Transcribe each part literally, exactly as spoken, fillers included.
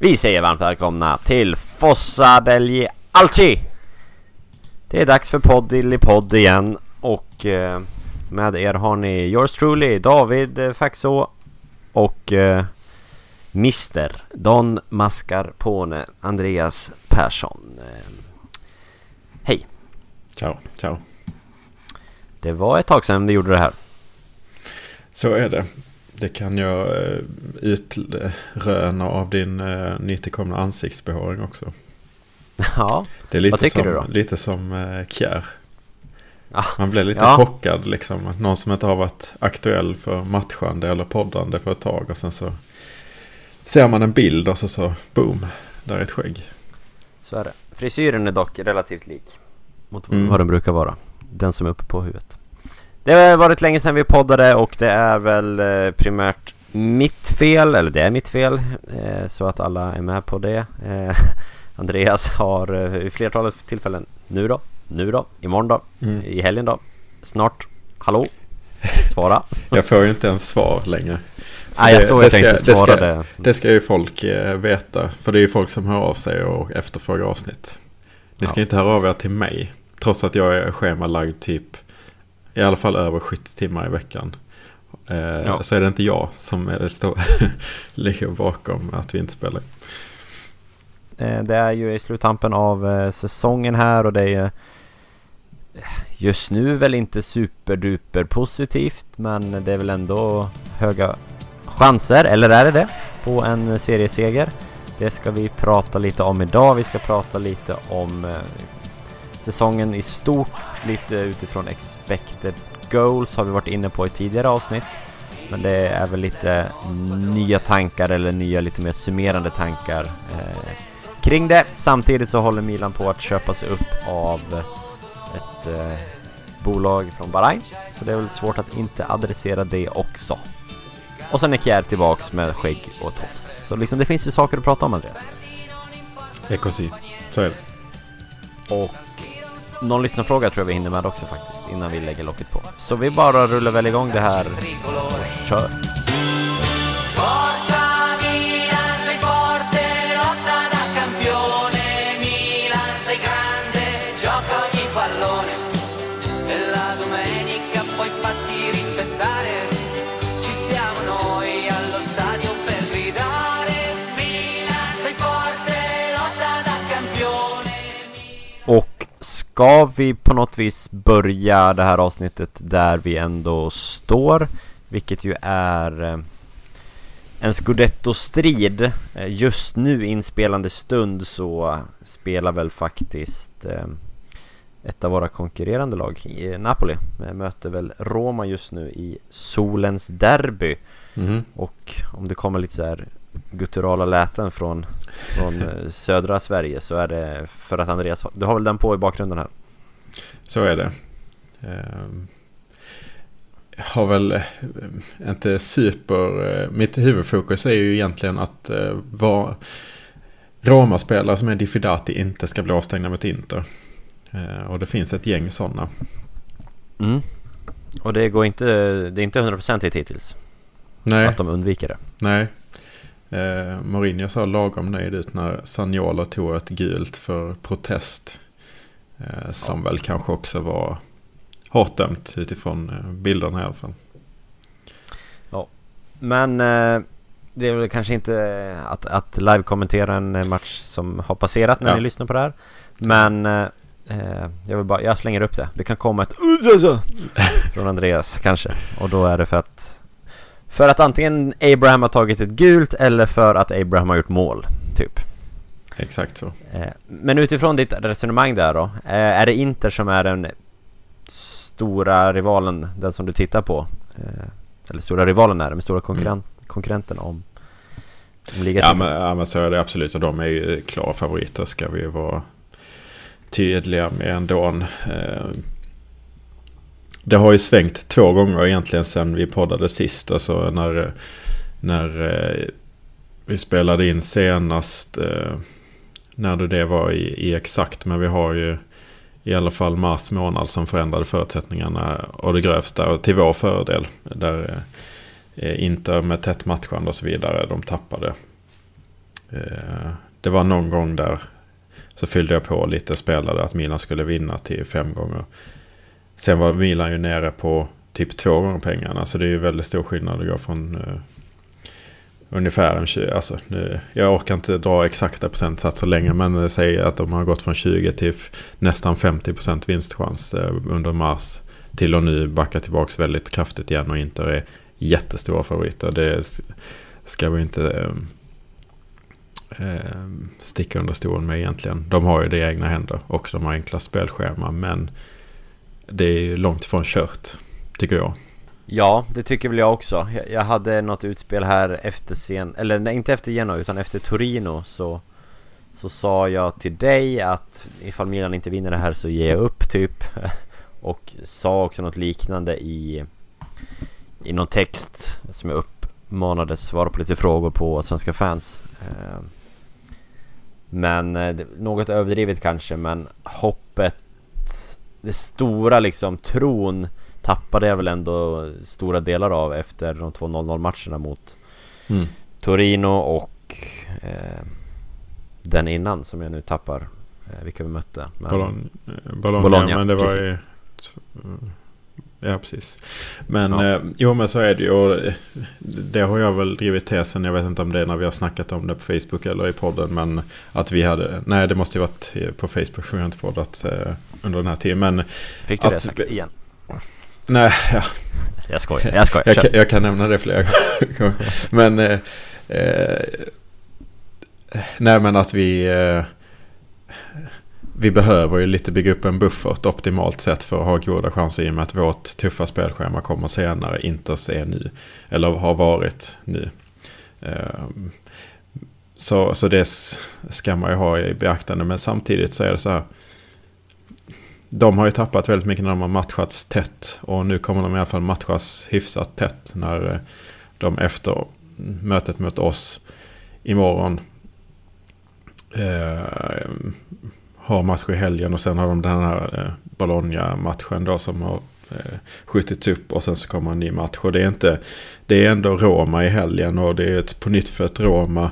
Vi säger varmt välkomna till Fossa degli Alci. Det är dags för podd i podd igen. Och eh, med er har ni yours truly, David eh, Faxå och eh, mister Don Mascarpone, Andreas Persson. eh, Hej. Ciao, ciao. Det var ett tag sedan vi gjorde det här. Så är det. Det kan jag uh, utröna av din uh, nytillkomna ansiktsbehåring också. Ja, det är lite vad tycker som, du då? Lite som uh, Kjär. Ah, Man blir lite ja. chockad liksom. Att någon som inte har varit aktuell för matchande eller poddande för ett tag. Och sen så ser man en bild och så så boom, där är ett skägg. Så är det. Frisyren är dock relativt lik mot Mm. vad den brukar vara. Den som är uppe på huvudet. Det har varit länge sedan vi poddade och det är väl eh, primärt mitt fel, eller det är mitt fel, eh, så att alla är med på det. Eh, Andreas har eh, i flertalet tillfällen, nu då, nu då, imorgon då, Mm. i helgen då, snart, hallå, svara. Jag får ju inte ens svar längre. Så Nej, jag såg jag tänkte ska, svara det, ska, det. det ska ju folk eh, veta. För det är ju folk som hör av sig och efterfrågar avsnitt. Ni ska Ja. inte höra av er till mig. Trots att jag är schemalagd typ i alla fall över sjuttio timmar i veckan. Eh, ja. Så är det inte jag som är det stå- ligger bakom att vi inte spelar. Eh, det är ju i sluttampen av eh, säsongen här och det är ju just nu väl inte superduper positivt, men det är väl ändå höga chanser, eller är det det, på en serieseger. Det ska vi prata lite om idag. Vi ska prata lite om eh, säsongen i stort, lite utifrån expected goals har vi varit inne på i tidigare avsnitt. Men det är väl lite nya tankar eller nya lite mer summerande tankar eh, kring det. Samtidigt så håller Milan på att köpas upp av ett eh, bolag från Bahrain. Så det är väl svårt att inte adressera det också. Och sen är Kjär tillbaks med skägg och tofs. Så liksom det finns ju saker att prata om, Andreas. Ekosi, så är det. Och någon lyssnarfråga tror jag vi hinner med också faktiskt, innan vi lägger locket på. Så vi bara rullar väl igång det här och kör. Och ska vi på något vis börja det här avsnittet där vi ändå står, vilket ju är en Scudetto-strid. Just nu inspelande stund så spelar väl faktiskt ett av våra konkurrerande lag, Napoli, möter väl Roma just nu i solens derby. Mm. Och om det kommer lite så här gutturala läten från, från södra Sverige så är det för att Andreas, du har väl den på i bakgrunden här. Så är det. Jag har väl inte super... Mitt huvudfokus är ju egentligen att vara Roma-spelare som är diffidati inte ska bli avstängda mot Inter. Och det finns ett gäng sådana. Mm. Och det går inte, det är inte hundra procent hittills. Nej. Att de undviker det. Nej. Eh, Mourinho sa lagom nöjd ut när Zaniolo tog ett gult för protest. Eh, som ja. väl kanske också var hårt dömt utifrån eh, bilderna i alla fall. Ja. Men eh, det är väl kanske inte att, att live-kommentera en match som har passerat när ja. ni lyssnar på det här. Men eh, jag vill bara, jag slänger upp det. Det kan komma ett från Andreas kanske. Och då är det för att För att antingen Abraham har tagit ett gult eller för att Abraham har gjort mål, typ. Exakt så. Men utifrån ditt resonemang där då, är det Inter som är den stora rivalen, den som du tittar på? Eller stora rivalen är det, med stora konkurrent, mm. konkurrenten om, om ja, men, ja, men så är det absolut. Och de är ju klara favoriter, ska vi vara tydliga med ändå. Det har ju svängt två gånger egentligen sedan vi poddade sist. Alltså när, när eh, vi spelade in senast. Eh, när det var i, i exakt. Men vi har ju i alla fall mars månad som förändrade förutsättningarna. Och det grövsta till vår fördel. Där eh, inte med tätt matchande och så vidare. De tappade. Eh, det var någon gång där så fyllde jag på lite och spelade att Milan skulle vinna till fem gånger. Sen var Milan ju nere på typ två gånger pengarna. Så det är ju väldigt stor skillnad att gå från uh, ungefär en tjugo. Alltså, nu, jag orkar inte dra exakta procentsatser längre. Men det säger att de har gått från tjugo till f- nästan femtio procent vinstchans uh, under mars. Till och nu backa tillbaka väldigt kraftigt igen. Och inte är jättestora favoriter. Det ska vi inte uh, uh, sticka under stolen med egentligen. De har ju det i egna händer. Och de har enkla spelschema. Men det är ju långt ifrån kört, tycker jag. Ja, det tycker väl jag också. Jag, jag hade något utspel här efter sen, eller nej, inte efter Genoa utan efter Torino, så så sa jag till dig att ifall Milan inte vinner det här så ger jag upp typ. Och sa också något liknande i i någon text som jag uppmanade svara på lite frågor på svenska fans. Men något överdrivet kanske, men hoppet, det stora liksom tron tappade jag väl ändå stora delar av efter de två noll noll-matcherna mot mm. Torino och eh, den innan som jag nu tappar eh, vilka vi mötte. Men, Bologna, Bologna, Bologna, men det var ju... Ja, precis. Men, ja. Eh, jo, men så är det ju. Och det har jag väl drivit tesen, jag vet inte om det är när vi har snackat om det på Facebook eller i podden, men att vi hade... Nej, det måste ju varit på Facebook, för jag har inte poddat eh, under den här tiden. Men fick du att, det sagt igen? Nej, ja. Jag skojar, jag skojar. jag, kan, jag kan nämna det flera gånger. Men eh, eh, nej, men att vi eh, vi behöver ju lite bygga upp en buffert optimalt sett för att ha goda chanser, i och med att vårt tuffa spelschema kommer senare, inte se nu eller har varit nu. Eh, så, så det ska man ju ha i beaktande, men samtidigt så är det så här. De har ju tappat väldigt mycket när de har matchats tätt. Och nu kommer de i alla fall matchas hyfsat tätt när de efter mötet mot oss imorgon eh, har match i helgen. Och sen har de den här eh, Bologna-matchen då som har eh, skjutits upp. Och sen så kommer en ny match. Och det är, inte, det är ändå Roma i helgen. Och det är ett på nytt för ett Roma.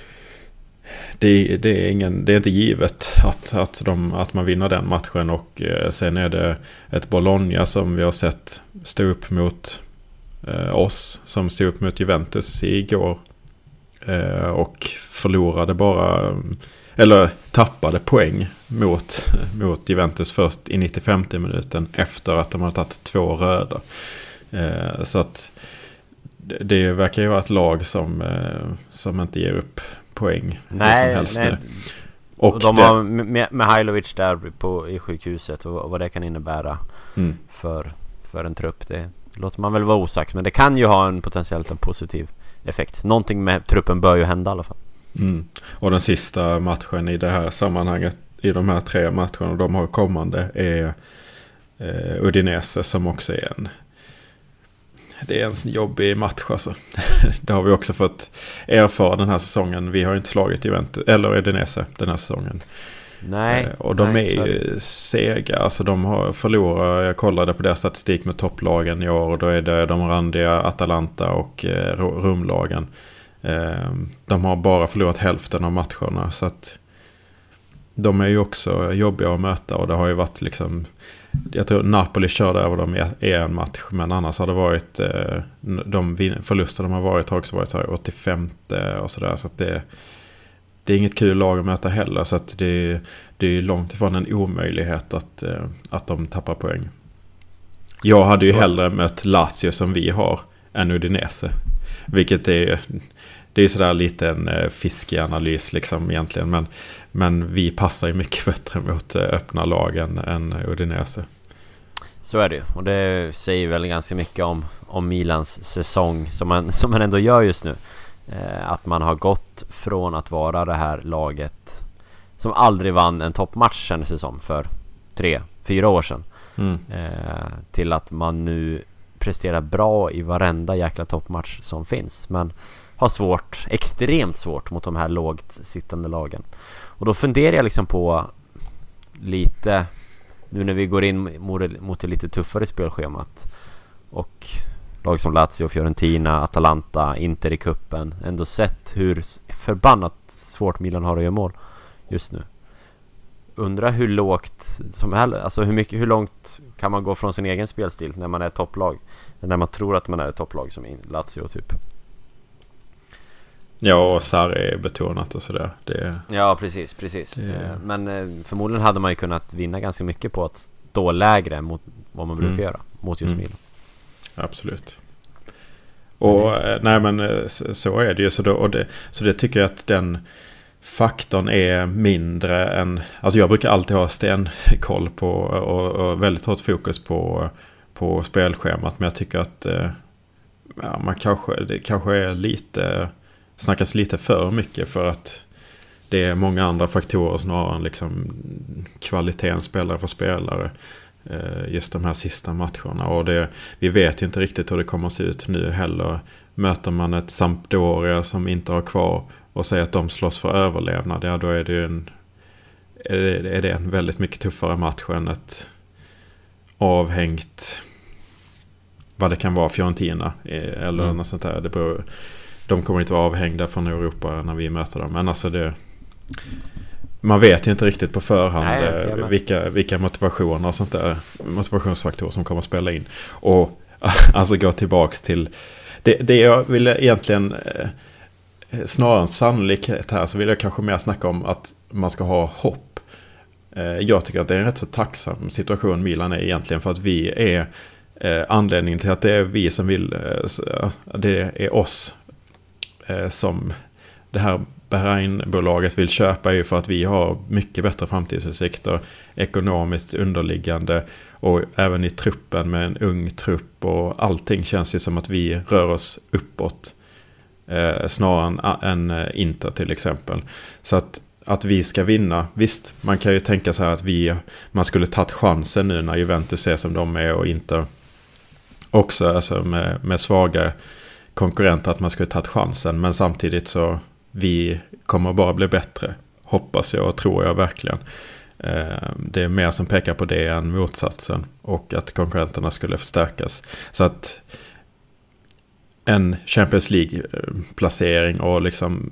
Det, det, är ingen, det är inte givet att, att, de, att man vinner den matchen. Och eh, sen är det ett Bologna som vi har sett stå upp mot eh, oss, som stod upp mot Juventus igår eh, och förlorade bara, eller tappade poäng mot, mot Juventus först i nittiofemte minuten efter att de hade tagit två röda. Eh, så att det, det verkar ju vara ett lag som, eh, som inte ger upp poäng. Nej, som helst nej. Nu. Och, och de det, har med, med Hajlovic där på, i sjukhuset och, och vad det kan innebära mm. för, för en trupp, det låter man väl vara osagt, men det kan ju ha en potentiellt en positiv effekt. Någonting med truppen bör ju hända i alla fall. Mm. Och den sista matchen i det här sammanhanget, i de här tre matcherna de har kommande, är eh, Udinese, som också är en det är en jobbig match alltså. Det har vi också fått erfara den här säsongen. Vi har inte slagit Juventus eller Udinese den här säsongen. Nej. Eh, och de nej, är ju sega. Alltså de har förlorat. Jag kollade på deras statistik med topplagen i år. Och då är det de randiga Atalanta och eh, Rumlagen. Eh, de har bara förlorat hälften av matcherna. Så att de är ju också jobbiga att möta. Och det har ju varit liksom... Jag tror Napoli körde över dem i en match, men annars har det varit eh, de förluster de har varit har också varit så här åttiofem och sådär, så att det, det är inget kul lag att möta heller, så att det, det är långt ifrån en omöjlighet att, eh, att de tappar poäng. Jag hade ju så hellre mött Lazio som vi har än Udinese, vilket är det är sådär lite en eh, fiskig analys liksom egentligen, men Men vi passar ju mycket bättre mot öppna lagen än Udinese. Så är det ju. Och det säger väl ganska mycket om, om Milans säsong som man, som man ändå gör just nu. Eh, att man har gått från att vara det här laget som aldrig vann en toppmatch, kändes det som, för tre, fyra år sedan. Mm. Eh, till att man nu presterar bra i varenda jäkla toppmatch som finns. Men har svårt, extremt svårt mot de här lågt sittande lagen. Och då funderar jag liksom på lite nu när vi går in mot, mot det lite tuffare spelschemat och lag som Lazio, Fiorentina, Atalanta, Inter i kuppen, ändå sett hur förbannat svårt Milan har att göra mål just nu. Undrar hur lågt som helst, alltså hur mycket, hur långt kan man gå från sin egen spelstil när man är topplag, när man tror att man är ett topplag som i Lazio typ. Ja, och Sarri är betonat och sådär. Det... Ja, precis, precis. Det... Men förmodligen hade man ju kunnat vinna ganska mycket på att stå lägre mot vad man brukar mm. göra mot just mm. Milan. Absolut. Och mm. nej men så är det ju. Så, då, och det, så det tycker jag att den faktorn är mindre än... Alltså jag brukar alltid ha stenkoll på och, och väldigt hårt fokus på, på spelschemat. Men jag tycker att ja, man kanske, det kanske är lite... snackas lite för mycket för att det är många andra faktorer snarare än liksom kvaliteten spelare för spelare just de här sista matcherna. Och det, vi vet ju inte riktigt hur det kommer att se ut nu heller. Möter man ett Sampdoria som inte har kvar och säger att de slåss för överlevnad, ja då är det en, är det, är det en väldigt mycket tuffare match än ett avhängt vad det kan vara Fiorentina eller mm. något sånt där. Det beror, de kommer inte vara avhängda från Europa när vi möter dem. Men alltså det... Man vet ju inte riktigt på förhand Nej, vilka, vilka motivationer och sånt där, motivationsfaktorer som kommer att spela in. Och alltså gå tillbaks till... Det, det jag vill egentligen... Eh, snarare en sannolikhet här så vill jag kanske mer snacka om att man ska ha hopp. Eh, jag tycker att det är en rätt så tacksam situation Milan är egentligen för att vi är... Eh, anledningen till att det är vi som vill... Eh, det är oss som det här Bahrain-bolaget vill köpa är ju för att vi har mycket bättre framtidsutsikter ekonomiskt underliggande och även i truppen med en ung trupp och allting känns ju som att vi rör oss uppåt eh, snarare än, än Inter till exempel. Så att, att vi ska vinna, visst man kan ju tänka så här att vi, man skulle tagit chansen nu när Juventus är som de är och Inter också alltså med, med svaga konkurrenter att man skulle tagit chansen, men samtidigt så vi kommer bara bli bättre, hoppas jag och tror jag verkligen. Eh, det är mer som pekar på det än motsatsen och att konkurrenterna skulle förstärkas. Så att en Champions League-placering och liksom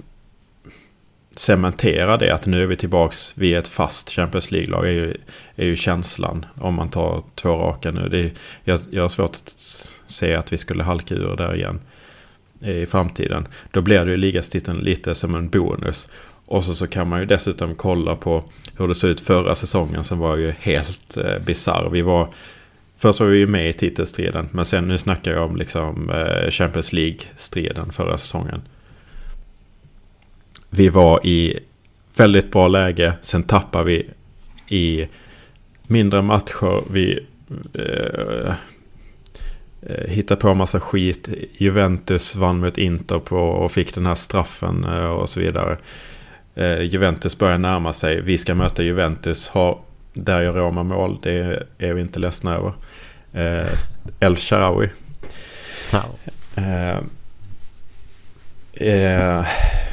cementera det att nu är vi tillbaks vid ett fast Champions League-lag är ju, är ju känslan om man tar två raka nu. Det är, jag, jag har svårt att se att vi skulle halka ur där igen i framtiden. Då blir det ju ligastiteln lite som en bonus. Och så, så kan man ju dessutom kolla på hur det såg ut förra säsongen som var ju helt eh, bizarr. Vi var, först var vi ju med i titelstriden men sen nu snackar jag om liksom eh, Champions League-striden förra säsongen. Vi var i väldigt bra läge. Sen tappar vi i mindre matcher. Vi eh, hittar på en massa skit. Juventus vann mot Inter på och fick den här straffen eh, och så vidare. Eh, Juventus börjar närma sig. Vi ska möta Juventus. Ha, där gör Roma mål. Det är vi inte ledsna över. Eh, El Shaarawy. Eh, eh,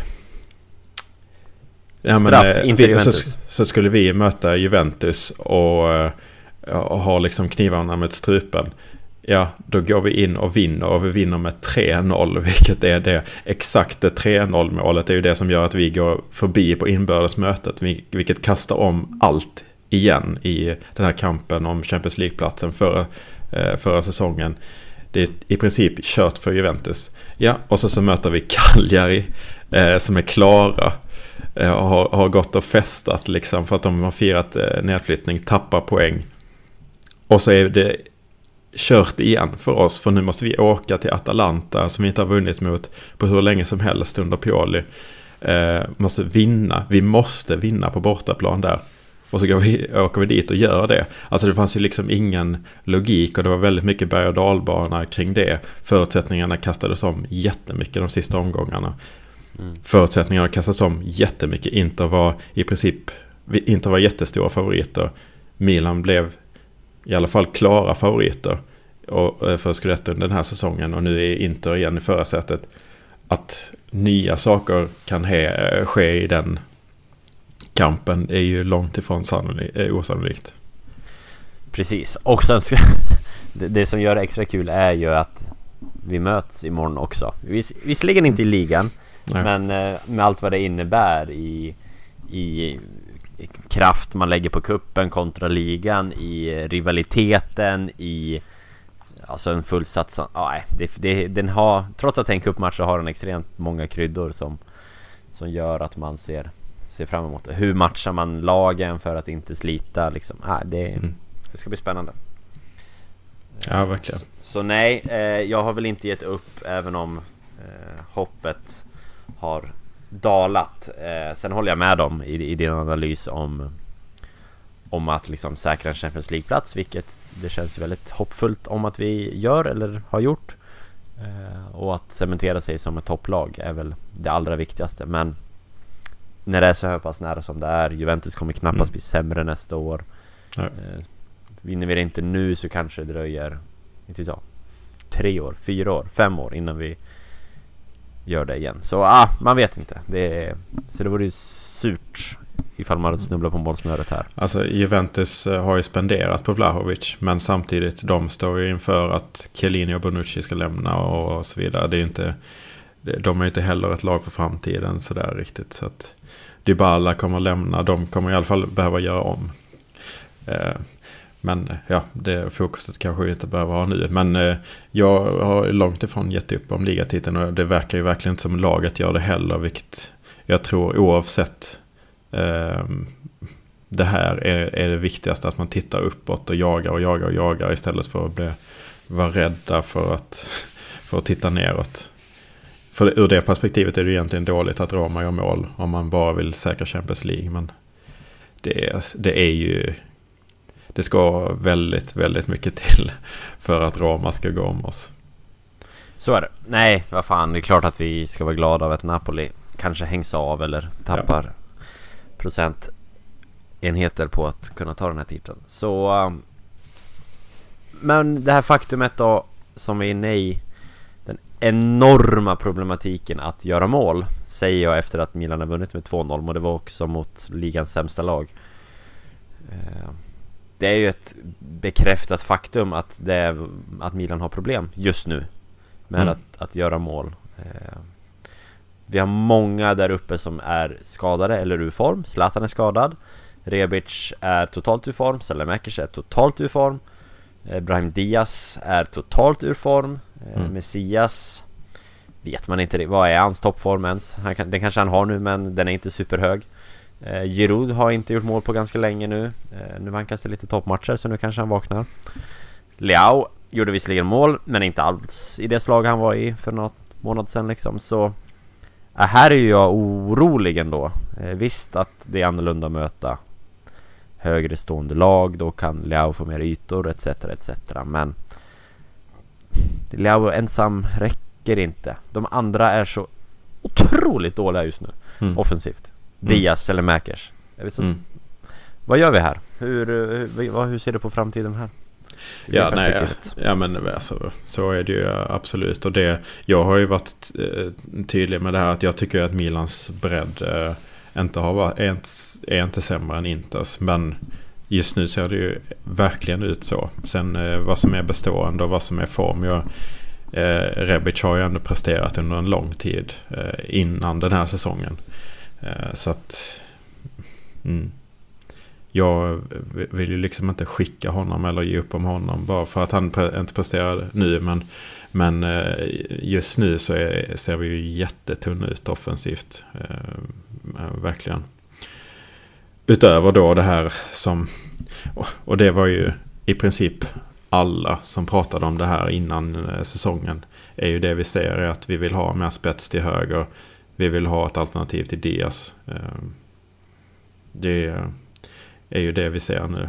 Ja, men, Straff, inte vi, så, så skulle vi möta Juventus och, och ha liksom knivarna med strupen. Ja, då går vi in och vinner och vi vinner med tre noll, vilket är det exakta tre noll målet. Det är ju det som gör att vi går förbi på inbördesmötet, vilket kastar om allt igen i den här kampen om Champions League-platsen förra, förra säsongen. Det är i princip kört för Juventus. Ja, och så, så möter vi Cagliari eh, som är klara. Har, har gått och festat liksom för att de har firat eh, nedflyttning, tappar poäng och så är det kört igen för oss för nu måste vi åka till Atalanta som vi inte har vunnit mot på hur länge som helst under Pioli. Eh, måste vinna, vi måste vinna på bortaplan där och så går vi, åker vi dit och gör det. Alltså det fanns ju liksom ingen logik och det var väldigt mycket berg- och dalbana kring det. Förutsättningarna kastades om jättemycket de sista omgångarna. Mm. Förutsättningarna kastas om jättemycket. Inter var i princip Inter var jättestora favoriter. Milan blev i alla fall klara favoriter och för Scudetto den här säsongen och nu är Inter igen i förarsätet. Att nya saker kan he, ske i den kampen är ju långt ifrån sannolik, osannolikt. Precis. Och sen ska, det, det som gör det extra kul är ju att vi möts imorgon också. Viss, visserligen inte i ligan, nej, men eh, med allt vad det innebär i, i kraft man lägger på kuppen kontra ligan, i rivaliteten, i alltså en fullsats. Ja, det, det, den har, trots att det är en cupmatch så har den extremt många kryddor som, som gör att man ser, ser fram emot det. Hur matchar man lagen för att inte slita liksom. Ja, det, mm. det ska bli spännande. Ja, verkligen. Så, så nej, eh, jag har väl inte gett upp, även om eh, hoppet har dalat. Eh, sen håller jag med dem i, i din analys om om att liksom säkra en Champions League-plats, vilket det känns väldigt hoppfullt om att vi gör eller har gjort. Eh, och att cementera sig som ett topplag är väl det allra viktigaste. Men när det är så här pass nära som det är, Juventus kommer knappast mm. bli sämre nästa år. Eh, vinner vi det inte nu så kanske det dröjer inte så, tre år, fyra år, fem år innan vi gör det igen. Så ah, man vet inte. Det är, så det vore ju surt ifall man snubblar på målsnöret här. Alltså Juventus har ju spenderat på Vlahovic, men samtidigt de står ju inför att Chiellini och Bonucci ska lämna och så vidare. Det är inte, de är inte heller ett lag för framtiden så där riktigt. Så att Dybala kommer att lämna. De kommer i alla fall behöva göra om. Eh, Men ja, det fokuset kanske inte behöver ha nu. Men eh, jag har långt ifrån gett upp om ligatiteln, och det verkar ju verkligen inte som laget gör det heller, vilket jag tror oavsett eh, det här är, är det viktigaste, att man tittar uppåt och jagar och jagar och jagar istället för att bli, vara rädda för att, för att titta neråt. För ur det perspektivet är det egentligen dåligt att Roma gör mål om man bara vill säkra Champions League, men det är, det är ju det ska väldigt, väldigt mycket till för att Roma ska gå om oss. Så är det. Nej, vad fan, det är klart att vi ska vara glada av att Napoli kanske hängs av eller tappar ja. procentenheter på att kunna ta den här titeln. Så um, men det här faktumet då, som vi är inne i, den enorma problematiken att göra mål, säger jag efter att Milan har vunnit med två noll, och det var också mot ligans sämsta lag. Uh, Det är ju ett bekräftat faktum att, det är, att Milan har problem just nu med mm. att, att göra mål. Eh, vi har många där uppe som är skadade eller ur form. Zlatan är skadad. Rebic är totalt ur form. Selemakers är totalt ur form. Eh, Brahim Diaz är totalt ur form. Eh, mm. Messias vet man inte. Vad är hans toppform ens? Han kan, den kanske han har nu, men den är inte superhög. Eh, Giroud har inte gjort mål på ganska länge nu. Eh, nu vankas det lite toppmatcher, så nu kanske han vaknar. Leao gjorde visserligen mål, men inte alls i det slag han var i för något månad sedan liksom. Så eh, här är ju jag orolig ändå. Eh, visst att det är annorlunda att möta högre stående lag. Då kan Leao få mer ytor etc, etc. Men Leao ensam räcker inte. De andra är så otroligt dåliga just nu. Mm. Offensivt. Diaz eller Mäkers. Mm. Vad gör vi här? Hur, hur, hur ser du på framtiden här? Ja, nej, ja, men alltså, så är det ju absolut. Och det, jag har ju varit eh, tydlig med det här, att jag tycker att Milans bredd eh, inte har varit, är, inte, är inte sämre än Inters. Men just nu ser det ju verkligen ut så. Sen eh, vad som är bestående och vad som är form. Jag, eh, Rebic har ju ändå presterat under en lång tid eh, innan den här säsongen. Så att mm, jag vill ju liksom inte skicka honom eller ge upp om honom bara för att han pre- inte presterar nu, men, men just nu så är, ser vi ju jättetunna ut offensivt, eh, verkligen. Utöver då det här som, och det var ju i princip alla som pratade om det här innan säsongen, är ju det vi ser, är att vi vill ha mer spets till höger. Vi vill ha ett alternativ till Diaz. Det är ju det vi ser nu.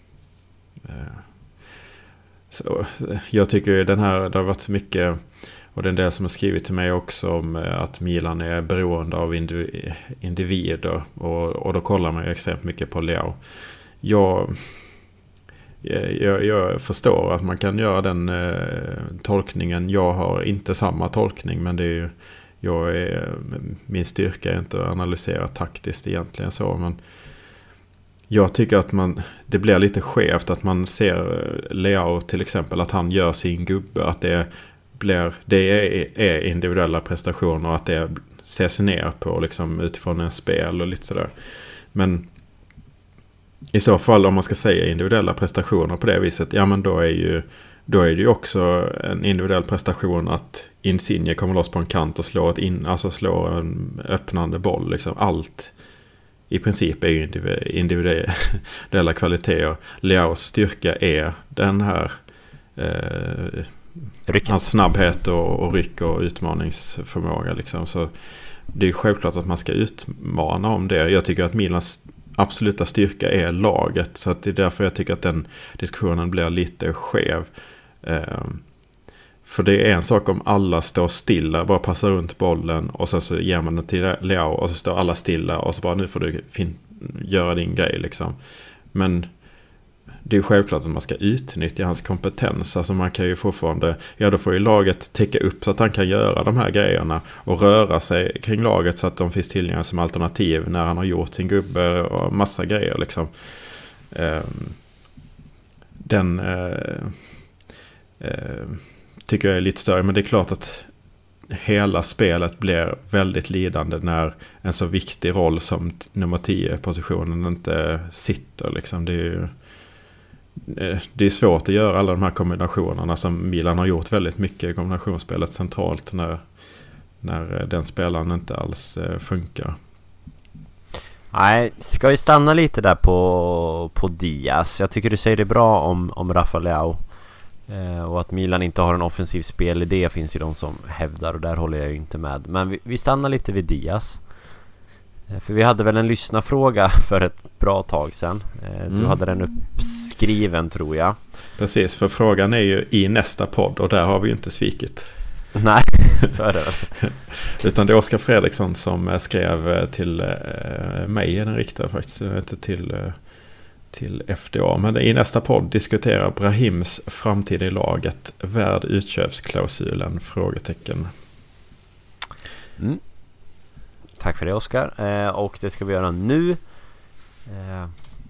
Så jag tycker ju den här, det har varit så mycket, och det är en del som har skrivit till mig också om att Milan är beroende av individer, och, och då kollar man ju extremt mycket på Leao. Jag, jag, jag förstår att man kan göra den eh, tolkningen. Jag har inte samma tolkning, men det är ju, jag är, min styrka är inte att analysera taktiskt egentligen så, men jag tycker att man, det blir lite skevt att man ser Leao till exempel, att han gör sin gubbe, att det blir, det är, är individuella prestationer och att det ses ner på liksom utifrån en spel och lite sådär. Men i så fall, om man ska säga individuella prestationer på det viset, ja men då är ju då är det ju också en individuell prestation att Insigne kommer loss på en kant och slår ett in, alltså slår en öppnande boll liksom. Allt i princip är ju individuella kvaliteter. Leaos styrka är den här eh, hans snabbhet och, och ryck och utmaningsförmåga liksom. Så det är självklart att man ska utmana om det. Jag tycker att Milans absoluta styrka är laget, så att det är därför jag tycker att den diskussionen blir lite skev. Eh, för det är en sak om alla står stilla, bara passar runt bollen och sen så ger man den till Leao och så står alla stilla och så bara nu får du fin- göra din grej liksom. Men det är självklart att man ska utnyttja hans kompetens. Alltså man kan ju fortfarande, ja då får ju laget täcka upp så att han kan göra de här grejerna och röra sig kring laget så att de finns tillgängliga som alternativ när han har gjort sin gubbe och massa grejer liksom. Den eh, eh, tycker jag är lite större, men det är klart att hela spelet blir väldigt lidande när en så viktig roll som t- nummer tio-positionen inte sitter liksom. Det är ju det är svårt att göra alla de här kombinationerna som Milan har gjort väldigt mycket i kombinationsspelet centralt när, när den spelaren inte alls funkar. Nej, ska vi stanna lite där på, på Diaz. Jag tycker du säger det bra om, om Rafael Leao. Eh, och att Milan inte har en offensiv spelidé finns ju de som hävdar, och där håller jag ju inte med. Men vi, vi stannar lite vid Diaz. Eh, för vi hade väl en lyssnarfråga för ett bra tag sedan. Eh, du mm. hade den uppskriven, tror jag. Precis, för frågan är ju i nästa podd och där har vi ju inte svikit. Nej, så är det väl. Utan det är Oskar Fredriksson som skrev till mig, den riktade faktiskt inte till, till F D A. Men i nästa podd diskuterar Brahims framtid i laget värd utköpsklausulen? Frågetecken. Mm. Tack för det, Oskar. Eh, och det ska vi göra nu. Eh,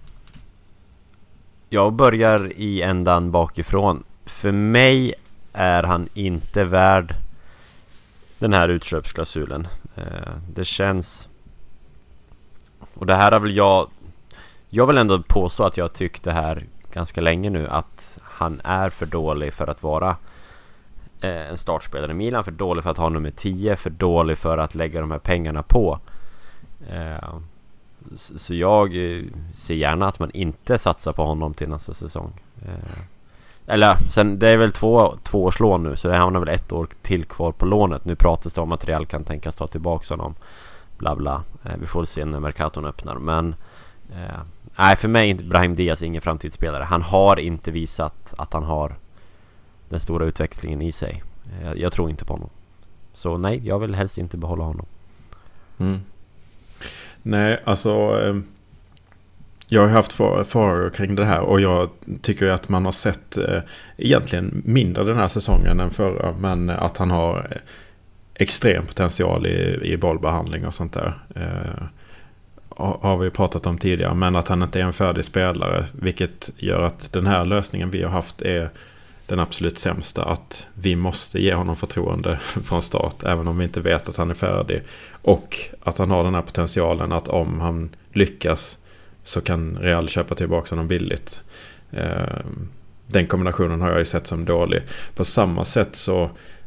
jag börjar i ändan bakifrån. För mig är han inte värd den här utköpsklausulen. Eh, det känns... Och det här är väl jag... Jag vill ändå påstå att jag tyckt det här ganska länge nu, att han är för dålig för att vara eh, en startspelare i Milan, för dålig för att ha nummer tio, för dålig för att lägga de här pengarna på. Eh, så, så jag eh, ser gärna att man inte satsar på honom till nästa säsong. Eh, Eller sen, det är väl två, två års lån nu, så det hamnar väl ett år till kvar på lånet. Nu pratas det om att Real kan tänkas ta tillbaka honom, bla bla. eh, Vi får se när Mercaton öppnar. Men eh, nej, för mig är Brahim Diaz ingen framtidsspelare. Han har inte visat att han har den stora utväxlingen i sig. eh, Jag tror inte på honom. Så nej, jag vill helst inte behålla honom. mm. Nej, alltså eh... jag har haft faror kring det här och jag tycker att man har sett eh, egentligen mindre den här säsongen än förra, men att han har extrem potential i, i bollbehandling och sånt där. Eh, har vi pratat om tidigare, men att han inte är en färdig spelare, vilket gör att den här lösningen vi har haft är den absolut sämsta, att vi måste ge honom förtroende från start även om vi inte vet att han är färdig, och att han har den här potentialen att om han lyckas så kan Real köpa tillbaka honom billigt. Den kombinationen har jag ju sett som dålig. På samma sätt så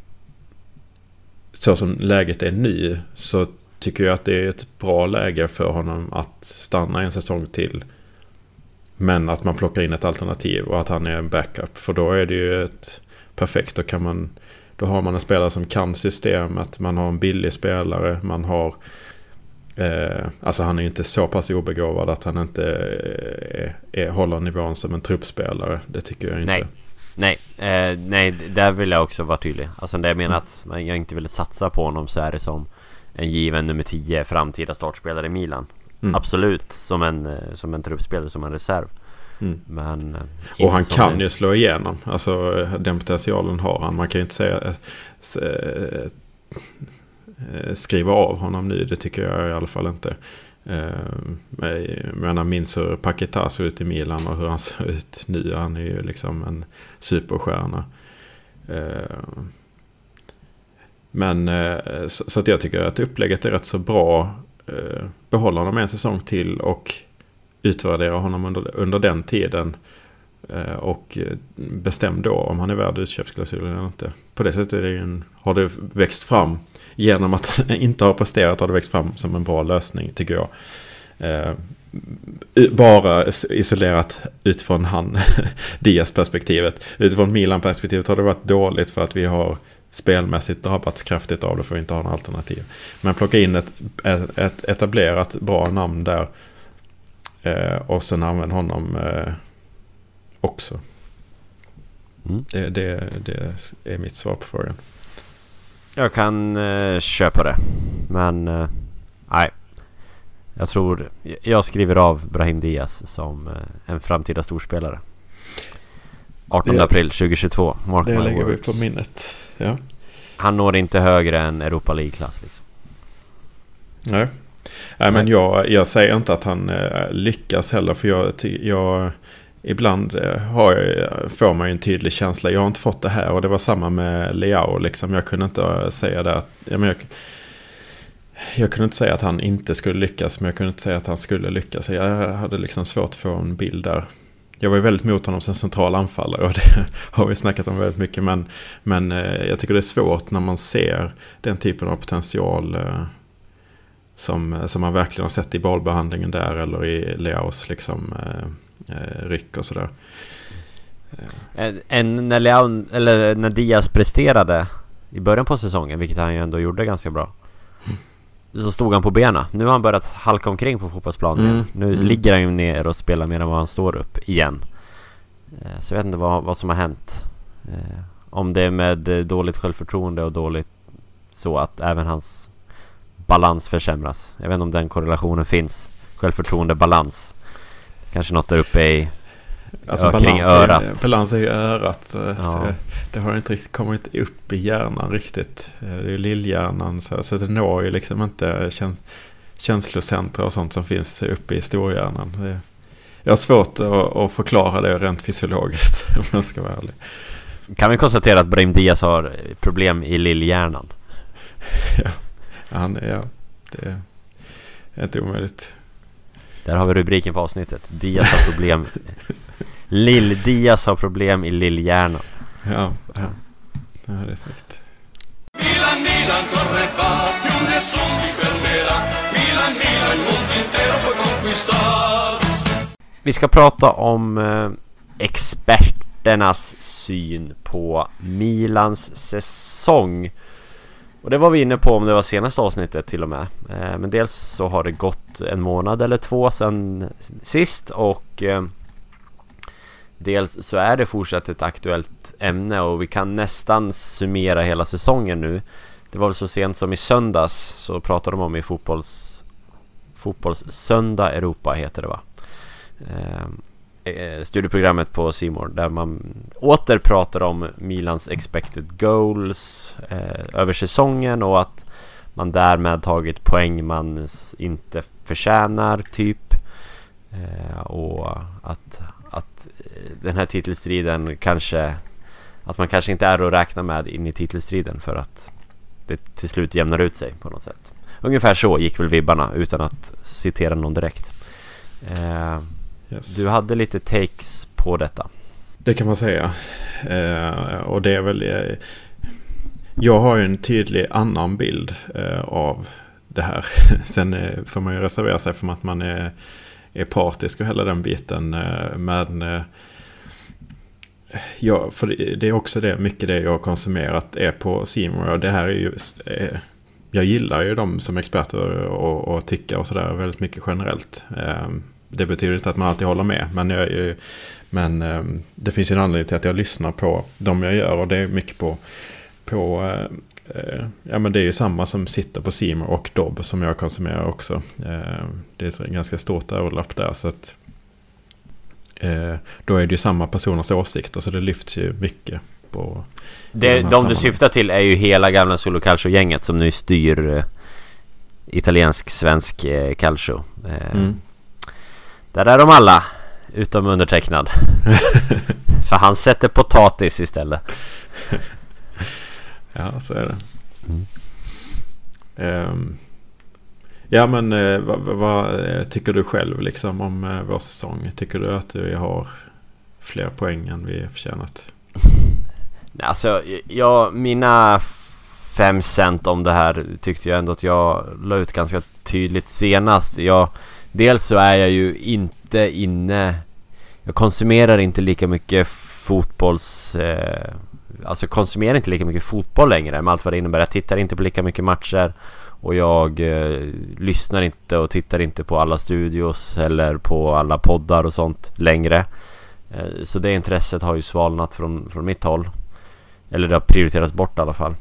så som läget är nu, så tycker jag att det är ett bra läge för honom att stanna en säsong till, men att man plockar in ett alternativ och att han är en backup, för då är det ju ett perfekt, då kan man då har man en spelare som kan systemet, man har en billig spelare, man har Eh, alltså han är ju inte så pass obegåvad att han inte är, är, håller nivån som en truppspelare. Det tycker jag inte. Nej, nej, eh, nej, där vill jag också vara tydlig. Alltså det jag menar att man, jag inte vill satsa på honom, så är det som en given nummer tio framtida startspelare i Milan. Mm. Absolut, som en, som en truppspelare, som en reserv. Mm. Men och han kan en... ju slå igenom. Alltså den potentialen har han. Man kan ju inte säga äh, skriva av honom nu, det tycker jag i alla fall inte. Jag menar, minns hur Paquetá såg ut i Milan och hur han ser ut nu. Han är ju liksom en superstjärna. Men så att jag tycker att upplägget är rätt så bra. Behålla honom en säsong till och utvärdera honom under, under den tiden. Och bestäm då om han är värd utköpsklausul eller inte. På det sättet är det en, har det växt fram genom att han inte har presterat, har det växt fram som en bra lösning, tycker jag. Eh, bara isolerat utifrån han Diaz perspektivet. Utifrån Milan perspektivet har det varit dåligt för att vi har spelmässigt drabbats kraftigt av det för att vi inte har en alternativ. Men plocka in ett, ett, ett etablerat bra namn där eh, och sen använda honom eh, också. Mm. Det, det, det är mitt svar på frågan. Jag kan eh, köpa det. Men eh, nej. Jag tror jag skriver av Brahim Diaz som eh, en framtida storspelare. artonde april tjugohundratjugotvå. Mark det my lägger words. vi på minnet. Ja. Han når inte högre än Europa League-klass liksom. Nej. Nej, men jag, jag säger inte att han eh, lyckas heller, för jag, jag ibland eh, har jag, får man ju en tydlig känsla. Jag har inte fått det här, och det var samma med Leao liksom. Jag kunde inte säga det att, jag, men jag, jag kunde inte säga att han inte skulle lyckas, men jag kunde inte säga att han skulle lyckas. Jag hade liksom svårt att få en bild där. Jag var ju väldigt mot honom som central anfallare, och det har vi snackat om väldigt mycket, men, men eh, jag tycker det är svårt när man ser den typen av potential eh, som, som man verkligen har sett i bollbehandlingen där, eller i Leaos liksom eh, eh, ryck och sådär. En, en, när, Leao, eller när Diaz presterade i början på säsongen, vilket han ju ändå gjorde ganska bra, mm. så stod han på bena. Nu har han börjat halka omkring på fotbollsplanen. Mm. Nu mm. ligger han ju ner och spelar mer än vad han står upp igen. Så jag vet inte vad, vad som har hänt. Om det är med dåligt självförtroende och dåligt så att även hans balans försämras. Jag vet inte om den korrelationen finns. Självförtroende, balans. Kanske något där uppe i alltså, ja, kring örat. Är, balans är ju örat. Ja. Så det har inte riktigt kommit upp i hjärnan riktigt. Det är ju lillhjärnan. Så, så det når ju liksom inte käns- känslocentra och sånt som finns uppe i storhjärnan. Det, jag har svårt att, att förklara det rent fysiologiskt, om jag ska vara ärlig. Kan vi konstatera att Brahim Diaz har problem i lillhjärnan? Ja, han, ja, det är inte omöjligt. Där har vi rubriken på avsnittet. Diaz har problem. Lill Diaz har problem i lillhjärnan. Ja, ja. Ja, det är sagt. Milan, Milan, corre va, più nessun ti fermerà. Milan, Milan, il mondo intero puoi conquistar. Vi ska prata om eh, experternas syn på Milans säsong. Och det var vi inne på om det var senaste avsnittet till och med. Eh, men dels så har det gått en månad eller två sedan sist, och eh, dels så är det fortsatt ett aktuellt ämne, och vi kan nästan summera hela säsongen nu. Det var väl så sent som i söndags så pratade de om i fotbolls fotbollssöndag Europa heter det va? Eh, studieprogrammet på C More, där man åter pratar om Milans expected goals eh, över säsongen, och att man därmed tagit poäng man inte förtjänar typ, eh, och att, att den här titelstriden kanske, att man kanske inte är att räkna med in i titelstriden för att det till slut jämnar ut sig på något sätt. Ungefär så gick väl vibbarna, utan att citera någon direkt. Eh, Yes. Du hade lite takes på detta. Det kan man säga. Eh, och det är väl... Eh, jag har ju en tydlig annan bild eh, av det här. Sen eh, får man ju reservera sig för att man är, är partisk och hela den biten. Eh, men... Eh, ja, för det är också det, mycket det jag har konsumerat är på C More. Och det här är ju... Eh, jag gillar ju dem som experter och, och tycker och sådär väldigt mycket generellt. Eh, Det betyder inte att man alltid håller med, men, jag, men um, det finns ju en anledning till att jag lyssnar på dem jag gör, och det är mycket på, på uh, uh, ja men det är ju samma som sitter på C More och Dobb som jag konsumerar också. Uh, det är en ganska stort överlapp där, så att uh, då är det ju samma personers åsikter, så det lyfts ju mycket på, det, på de du syftar till är ju hela gamla Solo Calcio-gänget som nu styr italiensk-svensk eh, calcio. Eh, Mm. Där är de alla, utom undertecknad. För han sätter potatis istället. Ja, så är det. Mm. Um, ja, men uh, vad, vad tycker du själv liksom om uh, vår säsong? Tycker du att vi har fler poäng än vi förtjänat? Alltså, jag, mina fem cent om det här tyckte jag ändå att jag la ut ganska tydligt senast. Jag, dels så är jag ju inte inne, jag konsumerar inte lika mycket fotbolls eh, alltså konsumerar inte lika mycket fotboll längre med allt vad det innebär. Jag tittar inte på lika mycket matcher och jag eh, lyssnar inte och tittar inte på alla studios eller på alla poddar och sånt längre. Eh, så det intresset har ju svalnat från, från mitt håll. Eller det har prioriterats bort i alla fall.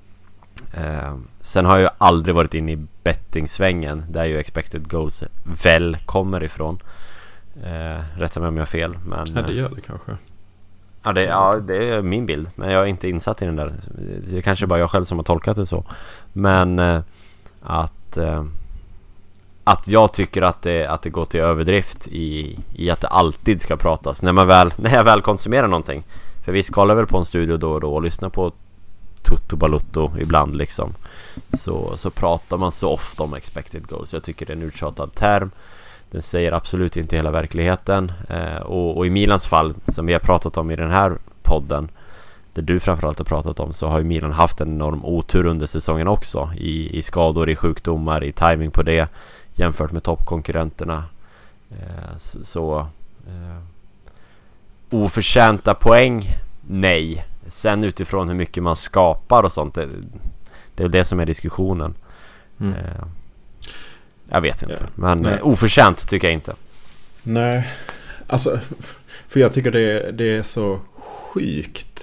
Eh, sen har jag ju aldrig varit inne i bettingsvängen där ju expected goals väl kommer ifrån. Eh, rätta mig om jag har fel, men ja, det gör det kanske. Ja det, ja, det är min bild. Men jag är inte insatt i den där. Det är kanske bara jag själv som har tolkat det så. Men eh, att eh, att jag tycker att det, att det går till överdrift i, i att det alltid ska pratas när man väl, när jag väl konsumerar någonting. För vi kollar väl på en studio då och då och lyssnar på Toto Balotto ibland liksom. Så, så pratar man så ofta om expected goals. Jag tycker det är en uttjatad term. Den säger absolut inte hela verkligheten. Eh, och, och i Milans fall, som vi har pratat om i den här podden, där du framförallt har pratat om, så har ju Milan haft en enorm otur under säsongen också. I, i skador, i sjukdomar, i timing på det, jämfört med toppkonkurrenterna. Eh, så så eh, oförtjänta poäng, nej. Sen utifrån hur mycket man skapar och sånt, det, det är det som är diskussionen. Mm. Eh, Jag vet inte, ja, men nej. Oförtjänt tycker jag inte. Nej, alltså, för jag tycker det, det är så sjukt.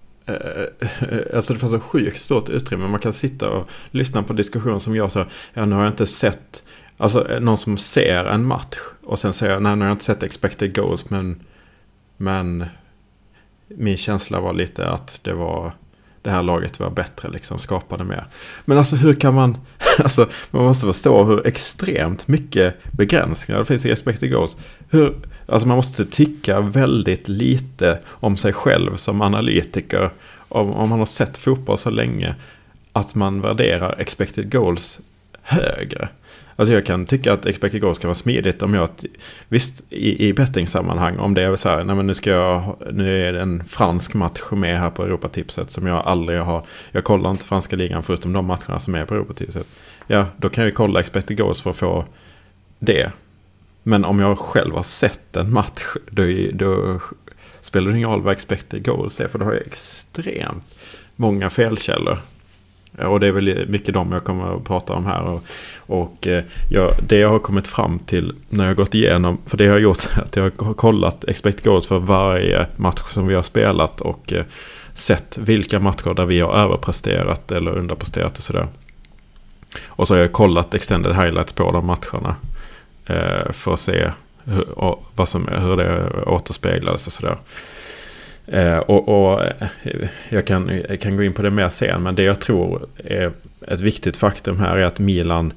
Alltså det får så sjukt stort utrymme. Man kan sitta och lyssna på diskussioner som jag så, ja, nu har jag inte sett, alltså någon som ser en match och sen säger, nej, nu har jag inte sett expected goals, men, men min känsla var lite att det var, det här laget var bättre, liksom skapade mer. Men alltså hur kan man, alltså man måste förstå hur extremt mycket begränsningar det finns i expected goals. Hur, alltså man måste tycka väldigt lite om sig själv som analytiker, om, om man har sett fotboll så länge, att man värderar expected goals högre. Alltså jag kan tycka att expected goals kan vara smidigt om jag, visst i, i bettingsammanhang, om det är så här, nej men nu ska jag, nu är det en fransk match med här på Europatipset som jag aldrig har, jag kollar inte franska ligan förutom de matcherna som är på Europatipset. Ja, då kan jag ju kolla expected goals för att få det. Men om jag själv har sett en match, då, då spelar det ingen roll vad expected goals är, för då har jag extremt många felkällor. Och det är väl mycket de jag kommer att prata om här. Och, och jag, det jag har kommit fram till när jag har gått igenom, för det har jag gjort att jag har kollat expected goals för varje match som vi har spelat och eh, sett vilka matcher där vi har överpresterat eller underpresterat och sådär. Och så har jag kollat extended highlights på de matcherna eh, för att se hur, och, vad som, hur det återspeglades och sådär. Eh, och, och jag kan, jag kan gå in på det mer sen, men det jag tror är ett viktigt faktum här är att Milan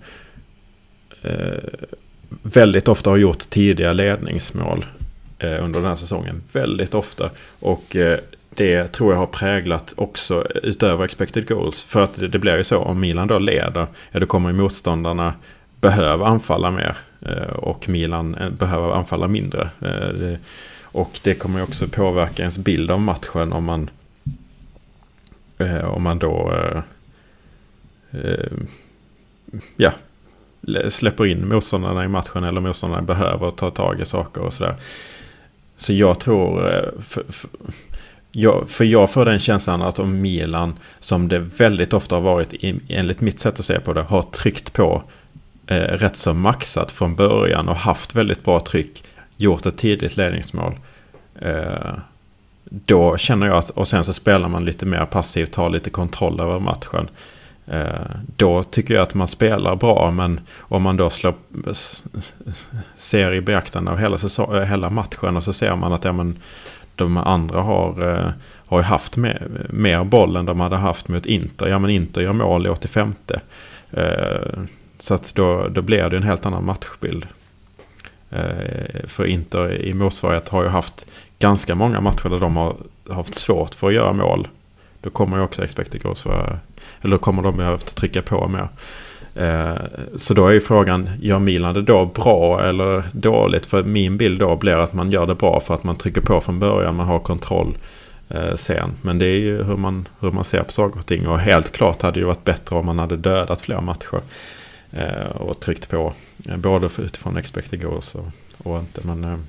eh, väldigt ofta har gjort tidiga ledningsmål eh, under den här säsongen. Väldigt ofta. Och eh, det tror jag har präglat också utöver expected goals. För att det, det blir ju så, om Milan då leder, ja, då kommer motståndarna behöva anfalla mer. Eh, och Milan eh, behöver anfalla mindre. Eh, det, Och det kommer ju också påverka ens bild av matchen om man eh, om man då eh, eh, ja, släpper in motståndarna i matchen, eller motståndarna behöver ta tag i saker och sådär. Så jag tror eh, för, för, jag, för jag får den känslan att om Milan, som det väldigt ofta har varit i, enligt mitt sätt att se på det, har tryckt på eh, rätt så maxat från början och haft väldigt bra tryck, gjort ett tidigt ledningsmål, eh, då känner jag att, och sen så spelar man lite mer passivt, tar lite kontroll över matchen, eh, då tycker jag att man spelar bra. Men om man då slår, ser i beaktande av hela, säsong, hela matchen, och så ser man att ja, men, de andra har, eh, har haft mer, mer boll än de hade haft mot Inter. Ja, men Inter gör mål i åttiofemte. Eh, Så att då, då blir det en helt annan matchbild. Eh, för Inter i motsvarighet har ju haft ganska många matcher där de har haft svårt för att göra mål. Då kommer ju också expected goals för, eller då kommer de behövt trycka på mer. Eh, så då är ju frågan, gör Milan det då bra eller dåligt? För min bild då blir att man gör det bra för att man trycker på från början, man har kontroll eh, sen. Men det är ju hur man, hur man ser på saker och ting. Och helt klart hade det varit bättre om man hade dödat fler matcher eh, och tryckt på. Eh, både för, utifrån expected goals och, och inte. Men eh,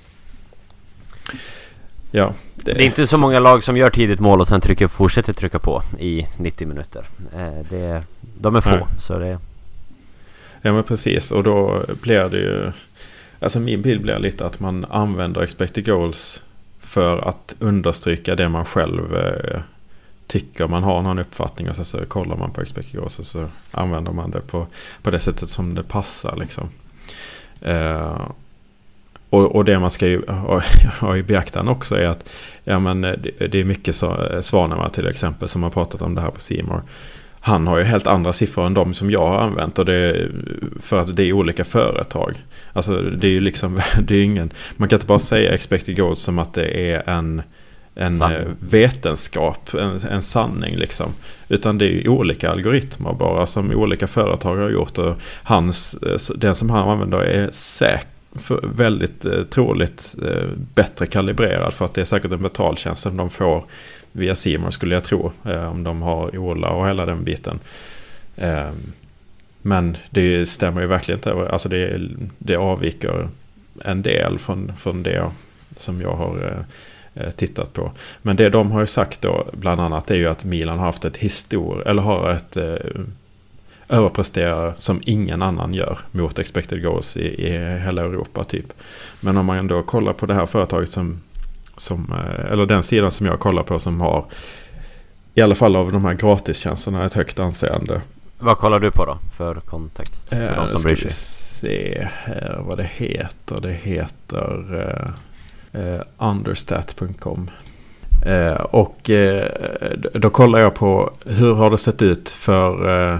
ja. Det, det är inte så många lag som gör tidigt mål och sen trycker, fortsätter trycka på i nittio minuter. Eh, det, de är få. Nej. Så det... Ja, men precis. Och då blir det ju... Alltså min bild blir lite att man använder expected goals för att understryka det man själv eh, tycker. Man har någon uppfattning och så, så kollar man på expected goals och så använder man det på, på det sättet som det passar liksom. Eh, och, och det man ska ju ha, ha i beaktan också är att ja, men det, det är mycket så, Svanemar till exempel som har pratat om det här på C More. Han har ju helt andra siffror än de som jag har använt, och det för att det är olika företag. Alltså det är ju liksom, det är ingen, man kan inte bara säga expected goals som att det är en, en vetenskap, en, en sanning liksom. Utan det är ju olika algoritmer bara som olika företag har gjort, och hans, den som han använder är säkert för väldigt eh, troligt eh, bättre kalibrerad, för att det är säkert en betaltjänst som de får via C More skulle jag tro, eh, om de har Ola och hela den biten. Eh, men det stämmer ju verkligen inte. Alltså det, det avviker en del från, från det som jag har eh, tittat på. Men det de har ju sagt då bland annat är ju att Milan har haft ett histor eller har ett eh, överpresterar som ingen annan gör mot expected goals i, i hela Europa typ. Men om man ändå kollar på det här företaget som, som eller den sidan som jag kollar på som har i alla fall av de här gratistjänsterna ett högt anseende. Vad kollar du på då för kontext? För eh, de som bryr sig? Se här vad det heter. Det heter eh, eh, understat punkt com. Eh, och eh, då kollar jag på hur har det sett ut för eh,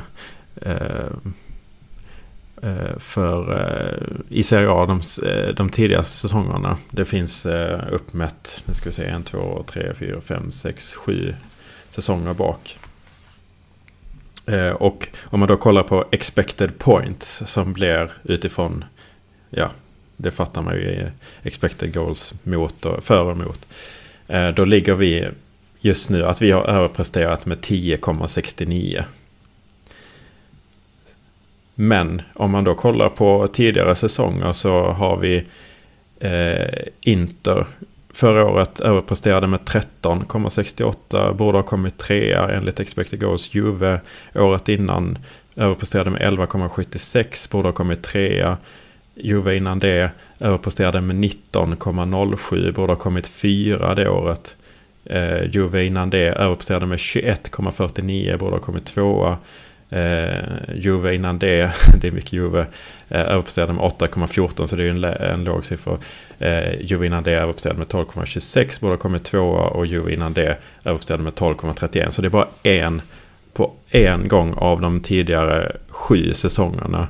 för i Serie A de, de tidiga säsongerna. Det finns uppmätt, nu ska vi se, en, två, tre, fyra, fem, sex, sju säsonger bak. Och om man då kollar på expected points som blir utifrån, ja, det fattar man ju, expected goals mot och för och mot. Då ligger vi just nu att vi har överpresterat med tio komma sextionio. Men om man då kollar på tidigare säsonger så har vi eh, Inter förra året överpresterade med tretton komma sextioåtta, borde ha kommit trea enligt expected goals. Juve året innan överpresterade med elva komma sjuttiosex, borde ha kommit trea. Juve innan det överpresterade med nitton komma noll sju, borde ha kommit fyra det året. Eh, Juve innan det överpresterade med tjugoett komma fyrtionio, borde ha kommit tvåa. Eh, Juve innan det, det är mycket Juve, eh, överpresterade med åtta komma fjorton, så det är ju en, en låg siffra. Eh, Juve innan det överpresterade med tolv komma tjugosex, borde ha kommit tvåa, och Juve innan det överpresterade med tolv komma trettioett. Så det är bara en på en gång av de tidigare sju säsongerna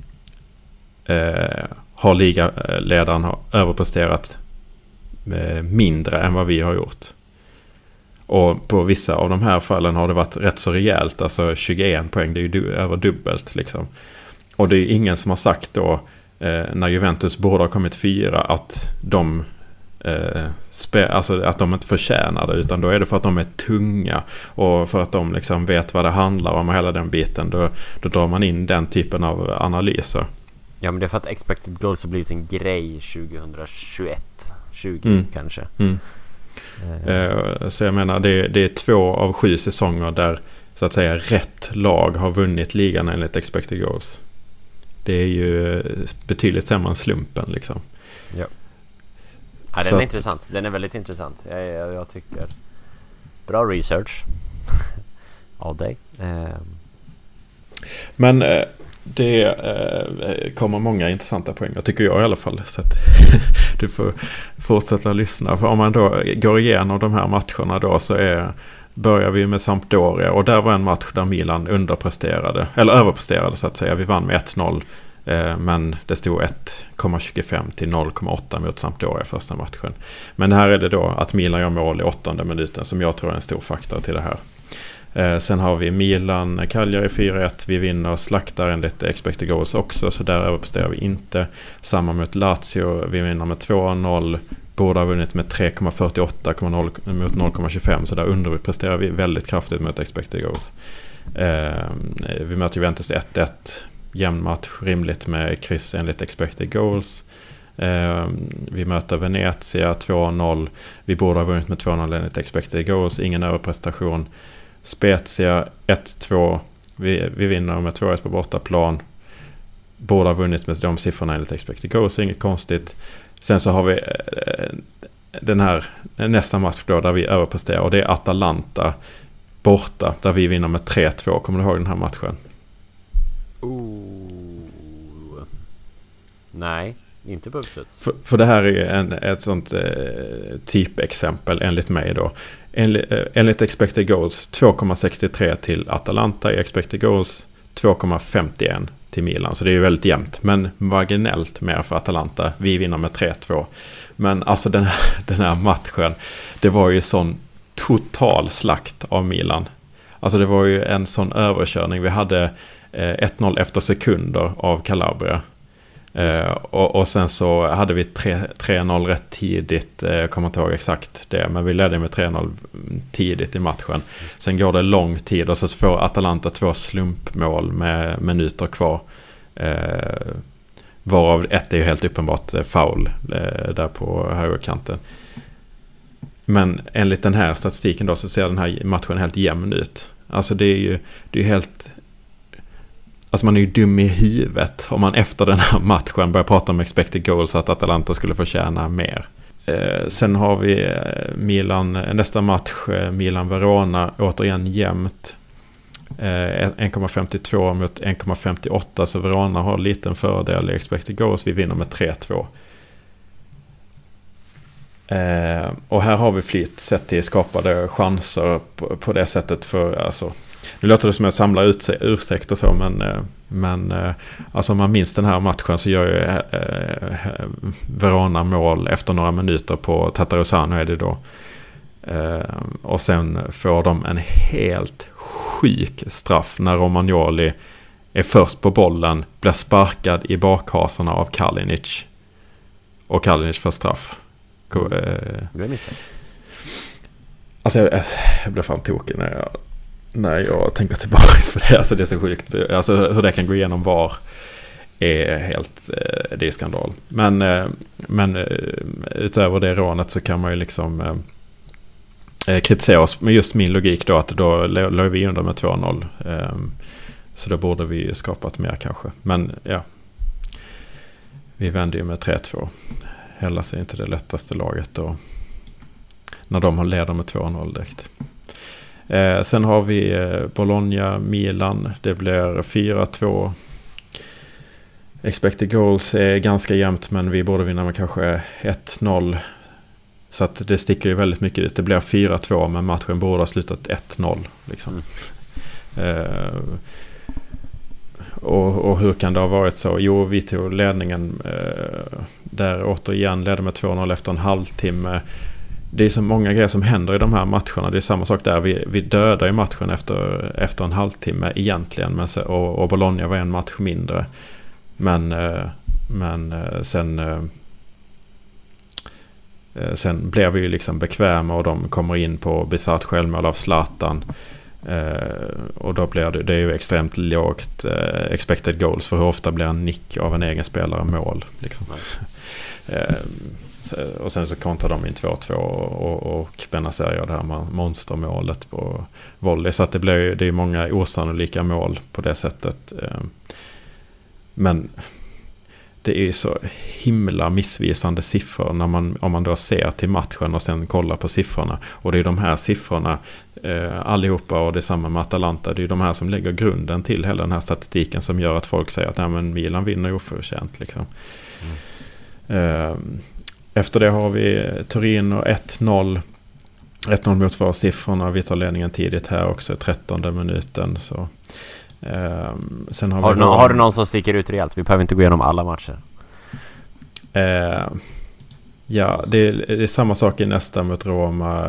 eh, har ligaledaren har överpresterat eh, mindre än vad vi har gjort. Och på vissa av de här fallen har det varit rätt så rejält, alltså tjugoen poäng, det är ju över dubbelt liksom. Och det är ingen som har sagt då eh, när Juventus borde ha kommit fyra att de eh, spe, alltså att de inte förtjänar det, utan då är det för att de är tunga och för att de liksom vet vad det handlar om och hela den biten. Då, då drar man in den typen av analyser. Ja, men det är för att expected goals har blivit en grej tjugohundratjugoett tjugo mm. kanske. Mm. Uh, så jag menar det, det är två av sju säsonger där så att säga rätt lag har vunnit ligan enligt expected goals. Det är ju betydligt sämre än slumpen liksom. Ja, ja den är att, intressant. Den är väldigt intressant. Jag, jag, jag tycker bra research av dig. Uh. Men uh, det eh, kommer många intressanta poäng, jag tycker jag i alla fall, så att du får fortsätta lyssna. För om man då går igenom de här matcherna då, så är börjar vi med Sampdoria, och där var en match där Milan underpresterade, eller överpresterade så att säga. Vi vann med ett noll, eh, men det stod ett komma tjugofem till noll komma åtta mot Sampdoria första matchen. Men här är det då att Milan gör mål i åttonde minuten som jag tror är en stor faktor till det här. Eh, sen har vi Milan, Cagliari fyra ett, vi vinner, slaktar enligt expected goals också, så där överpresterar vi inte. Samma mot Lazio, vi vinner med två noll. Båda har vunnit med tre komma fyrtioåtta mot noll komma tjugofem, så där underpresterar vi väldigt kraftigt mot expected goals. Eh, vi möter Juventus ett ett, jämn match, rimligt med kryss enligt expected goals. Eh, vi möter Venezia två noll, vi borde ha vunnit med två noll enligt expected goals, ingen överprestation. Spezia ett två, vi, vi vinner med två ett på bortaplan, båda har vunnit med de siffrorna enligt expected goals, inget konstigt. Sen så har vi eh, den här nästa match då där vi överpresterar, och det är Atalanta borta där vi vinner med tre två. Kommer du ihåg den här matchen? Oh. Nej, inte på uppsats. För, för det här är en, ett sånt eh, typexempel enligt mig då. Enligt, eh, enligt expected goals två komma sextiotre till Atalanta, i expected goals två komma femtioen till Milan, så det är ju väldigt jämnt, men marginellt mer för Atalanta. Vi vinner med tre två. Men alltså den här, den här matchen, det var ju sån total slakt av Milan. Alltså det var ju en sån överkörning. Vi hade eh, ett noll efter sekunder av Calabria. Eh, och, och sen så hade vi tre noll rätt tidigt, eh, jag kommer inte ihåg exakt det, men vi ledde med tre noll tidigt i matchen. Sen går det lång tid och så får Atalanta två slumpmål med minuter kvar, eh, varav ett är ju helt uppenbart eh, foul eh, där på högerkanten. Men enligt den här statistiken då så ser den här matchen helt jämn ut. Alltså det är ju, det är ju helt... Alltså man är ju dum i huvudet om man efter den här matchen börjar prata om expected goals, så att Atalanta skulle få tjäna mer. Eh, sen har vi Milan, nästa match, Milan-Verona, återigen jämnt. Eh, ett komma femtiotvå mot ett komma femtioåtta, så Verona har liten fördel i expected goals. Vi vinner med tre två. Eh, och här har vi flytt sett till skapade chanser på, på det sättet. För alltså, nu låter det som att jag samlar ut ursäkt och så, men, men alltså om man minns den här matchen så gör ju eh, Verona mål efter några minuter på Tatarusano är det då. Eh, och sen får de en helt sjuk straff när Romagnoli är först på bollen, blir sparkad i bakhasorna av Kalinic, och Kalinic får straff. Mm. Det missar. Alltså jag, jag blir fan tokig när jag när jag tänker tillbaka på det. Alltså det är så sjukt. Alltså hur det kan gå igenom var är helt, det är skandal. Men, men utöver det rånet så kan man ju liksom eh, kritisera oss med just min logik då, att då låg vi under med två noll. Eh, så då borde vi skapat mer kanske. Men ja, vi vände ju med tre två. Hellas är inte det lättaste laget då, när de har leder med två noll direkt. Eh, sen har vi eh, Bologna, Milan. Det blir fyra två. Expected goals är ganska jämnt, men vi borde vinna med kanske ett noll. Så att det sticker ju väldigt mycket ut. Det blir fyra två, men matchen borde ha slutat ett noll. Liksom. Mm. Eh, och, och hur kan det ha varit så? Jo, vi tog ledningen eh, där återigen ledde med två noll efter en halvtimme. Det är så många grejer som händer i de här matcherna. Det är samma sak där. Vi, vi dödar i matchen efter, efter en halvtimme egentligen. Men, och, och Bologna var en match mindre. Men, men sen, sen blev vi ju liksom bekväma och de kommer in på bisarrt självmål av Zlatan. Och då blir det, det är ju extremt lågt expected goals. För hur ofta blir en nick av en egen spelare mål? Liksom. Och sen så kontar de in två två och, och Benazer gör det här monstermålet på volley. Så att det blir ju, det är många osannolika mål på det sättet. Men det är ju så himla missvisande siffror när man, om man då ser till matchen och sen kollar på siffrorna. Och det är de här siffrorna eh, allihopa, och det är samma med Atalanta. Det är de här som lägger grunden till hela den här statistiken som gör att folk säger att nej, men Milan vinner oförtjänt liksom. Mm. Eh, Efter det har vi Torino ett noll. ett noll mot siffrorna. Vi tar ledningen tidigt här också i trettonde minuten. Så, eh, sen har, har, vi du någon, någon, har du någon som sticker ut rejält? Vi behöver inte gå igenom alla matcher. Eh, ja, det är, det är samma sak i nästa mot Roma.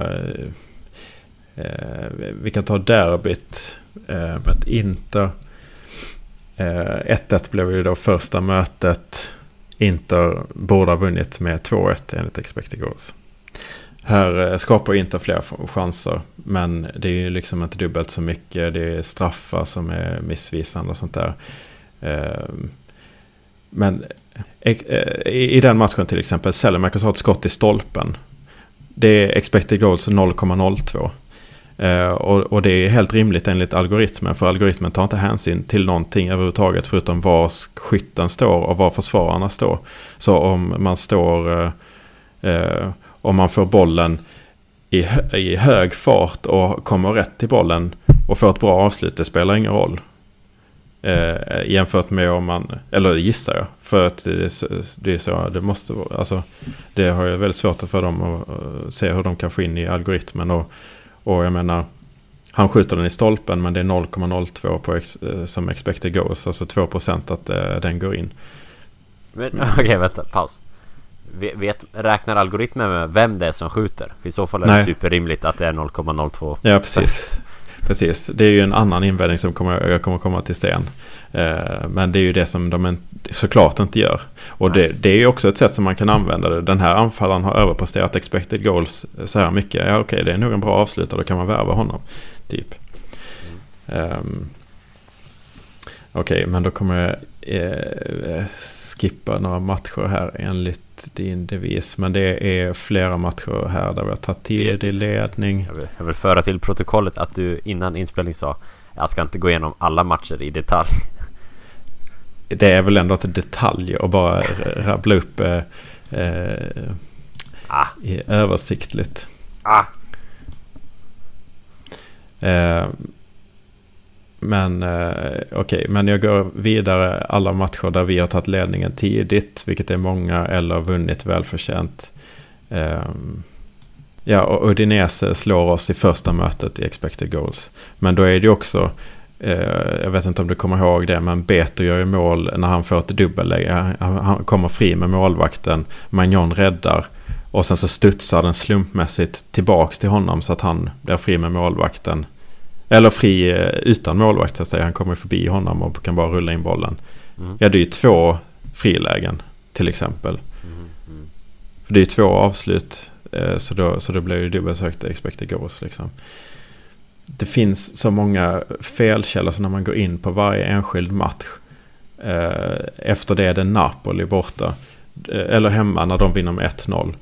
Eh, vi kan ta derbyt eh, med Inter. Eh, ett ett blev ju då första mötet. Inter borde ha vunnit med två ett enligt expected goals. Här eh, skapar Inter fler chanser, men det är ju liksom inte dubbelt så mycket. Det är straffar som är missvisande och sånt där. Eh, men i den matchen till exempel, Sellemakers har ett skott i stolpen. Det är expected goals noll komma noll två. Uh, och, och det är helt rimligt enligt algoritmen, för algoritmen tar inte hänsyn till någonting överhuvudtaget förutom var skytten står och var försvararna står. Så om man står uh, uh, om man får bollen i, hö- i hög fart och kommer rätt till bollen och får ett bra avslut, det spelar ingen roll. Eh, jämfört med om man, eller det gissar jag, för att det är så, det, är så, det måste vara, alltså det har jag väldigt svårt för dem att, att se hur de kan få in i algoritmen, och, och jag menar, han skjuter den i stolpen men det är noll komma noll två på ex, som expected goals, alltså två procent att eh, den går in. Okej, okay, vänta, paus. Vet, räknar algoritmen med vem det är som skjuter? För i så fall är Nej. det superrimligt att det är noll komma noll två. Ja, precis. Precis, det är ju en annan invändning som kommer, jag kommer komma till sen. Eh, men det är ju det som de en, såklart inte gör. Och det, det är ju också ett sätt som man kan använda det. Den här anfallaren har överpresterat expected goals så här mycket. Ja, okej, okay, det är nog en bra avslutare, då kan man värva honom. Typ. Mm. Um, okej, okay, men då kommer jag eh, skippa några matcher här enligt din devis. Men det är flera matcher här där vi har tagit tid i ledning. Jag vill, jag vill föra till protokollet att du innan inspelning sa jag ska inte gå igenom alla matcher i detalj. Det är väl ändå ett detalj och bara rabbla upp eh, eh, ah. i översiktligt. Ah. Eh, men eh, okej, okay, men jag går vidare alla matcher där vi har tagit ledningen tidigt, vilket är många, eller vunnit välförtjänt. Eh, ja, och Udinese slår oss i första mötet i expected goals. Men då är det också, eh, jag vet inte om du kommer ihåg det, men Beto gör ju mål när han får ett dubbelläge. Han, han kommer fri med målvakten, Magnon räddar, och sen så studsar den slumpmässigt tillbaks till honom så att han blir fri med målvakten. Eller fri utan målvakt, så att säga. Han kommer förbi honom och kan bara rulla in bollen. Mm. Ja, det är ju två frilägen till exempel. Mm. Mm. För det är ju två avslut, så då, så då blir det dubbelsökt expected goals liksom. Det finns så många felkällor så när man går in på varje enskild match. Efter det är det Napoli borta. Eller hemma när de vinner med ett noll.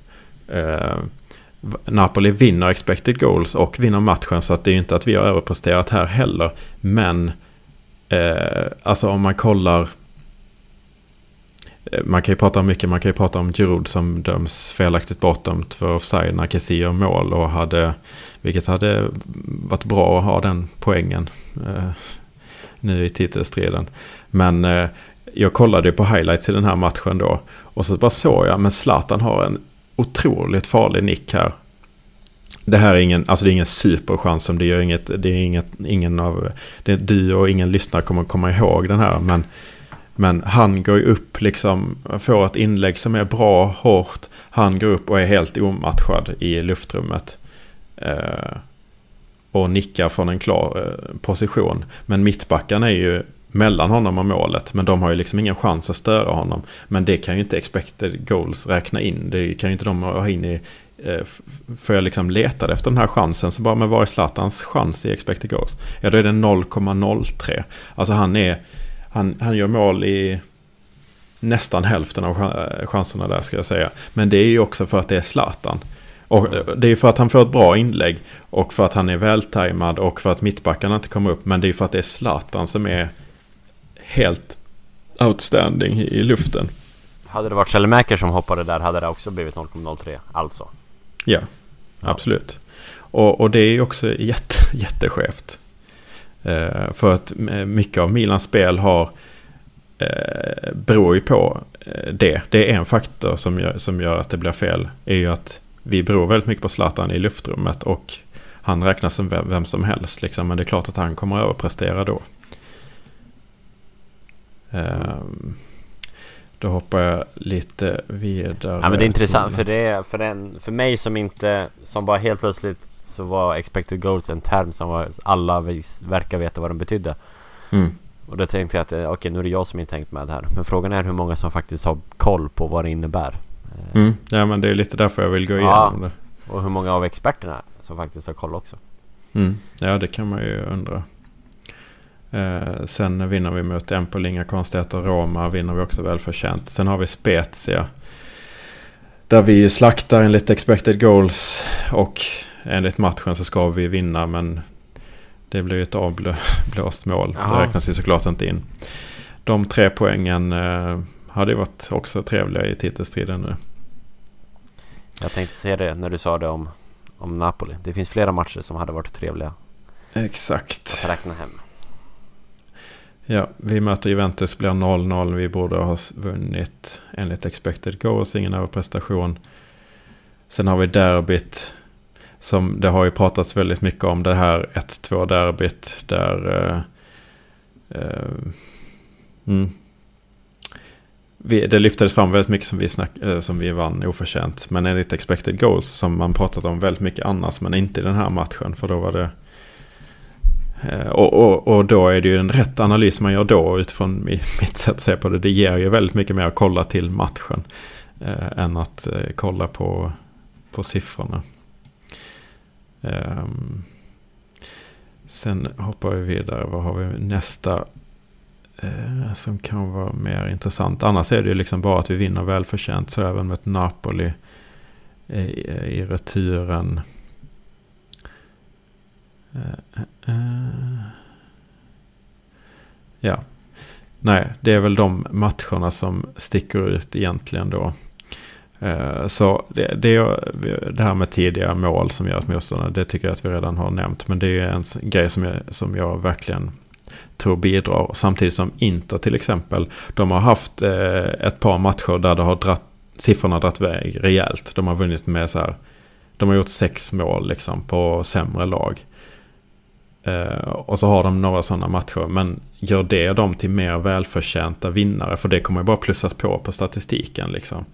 Napoli vinner expected goals och vinner matchen, så att det är inte att vi har överpresterat här heller. Men eh, alltså om man kollar, man kan ju prata om mycket, man kan ju prata om Giroud som döms felaktigt bortdömt för offside när Kessie gör mål, och hade, vilket hade varit bra att ha den poängen eh, nu i titelstriden. Men eh, jag kollade på highlights i den här matchen då, och så bara såg jag, men Zlatan har en otroligt farlig nick här. Det här är ingen, alltså det är ingen superchans, som det gör inget, det är inget, ingen av det, du och ingen lyssnare kommer komma ihåg den här, men men han går ju upp liksom, får ett inlägg som är bra, hårt, han går upp och är helt omatchad i luftrummet eh, och nickar från en klar eh, position, men mittbacken är ju mellan honom och målet, men de har ju liksom ingen chans att störa honom. Men det kan ju inte expected goals räkna in. Det kan ju inte de ha in i, för jag liksom letade efter den här chansen, så bara, men vad är Zlatans chans i expected goals? Ja, då är det noll komma noll tre. Alltså han är han, han gör mål i nästan hälften av chanserna där, ska jag säga. Men det är ju också för att det är Zlatan. Och det är ju för att han får ett bra inlägg, och för att han är vältajmad, och för att mittbackarna inte kommer upp. Men det är ju för att det är Zlatan som är helt outstanding i luften. Hade det varit Sellemäker som hoppade där, hade det också blivit noll komma noll tre, alltså. Ja, absolut. Och, och det är ju också jätte, jätteskevt. Eh, för att mycket av Milans spel har eh, beror ju på det. Det är en faktor som gör, som gör att det blir fel. Är ju att vi beror väldigt mycket på Zlatan i luftrummet och han räknas som vem, vem som helst liksom, men det är klart att han kommer att överprestera då. Um, då hoppar jag lite vidare. Ja, men det är intressant för det för den för mig som inte som bara helt plötsligt så var expected goals en term som var, alla verkar veta vad den betydde. Mm. Och då tänkte jag att okej, okay, nu är det jag som inte tänkt med det här. Men frågan är hur många som faktiskt har koll på vad det innebär. Mm. Ja, men det är lite därför jag vill gå igenom ja, det. Och hur många av experterna som faktiskt har koll också. Mm. Ja, det kan man ju undra. Eh, sen vinner vi mot Empoli, inga konstigheter. Roma vinner vi också väl förtjänt. Sen har vi Spezia, där vi slaktar enligt expected goals och enligt matchen så ska vi vinna, men det blir ju ett avblåst mål. Aha. Det räknas ju såklart inte in. De tre poängen eh, hade ju varit också trevliga i titelstriden nu. Jag tänkte se det när du sa det om, om Napoli. Det finns flera matcher som hade varit trevliga. Exakt. Att räkna hem. Ja, vi möter Juventus, blir noll noll. Vi borde ha vunnit enligt expected goals, ingen överprestation. Sen har vi derbyt, som det har ju pratats väldigt mycket om, det här ett två derbyt där uh, uh, mm. vi, det lyftades fram väldigt mycket som vi, snack, uh, som vi vann oförtjänt, men enligt expected goals som man pratat om väldigt mycket annars, men inte i den här matchen, för då var det uh, och, och, och då är det ju en rätt analys man gör då utifrån mitt sätt att se på det. Det ger ju väldigt mycket mer att kolla till matchen uh, än att uh, kolla på, på siffrorna. Um, sen hoppar vi vidare. Vad har vi nästa uh, som kan vara mer intressant? Annars är det ju liksom bara att vi vinner välförtjänt, så även med ett Napoli i, i returen. Uh, uh, uh. Ja. Nej, det är väl de matcherna som sticker ut egentligen då. Så det, det, det här med tidiga mål som gör att motståndarna, det tycker jag att vi redan har nämnt, men det är en grej som jag, som jag verkligen tror bidrar. Samtidigt som Inter till exempel, de har haft eh, ett par matcher där det har dratt, siffrorna dratt väg rejält. De har vunnit med så här, de har gjort sex mål liksom på sämre lag. Eh, och så har de några sådana matcher, men gör det dem till mer välförtjänta vinnare, för det kommer ju bara plussas på på statistiken liksom.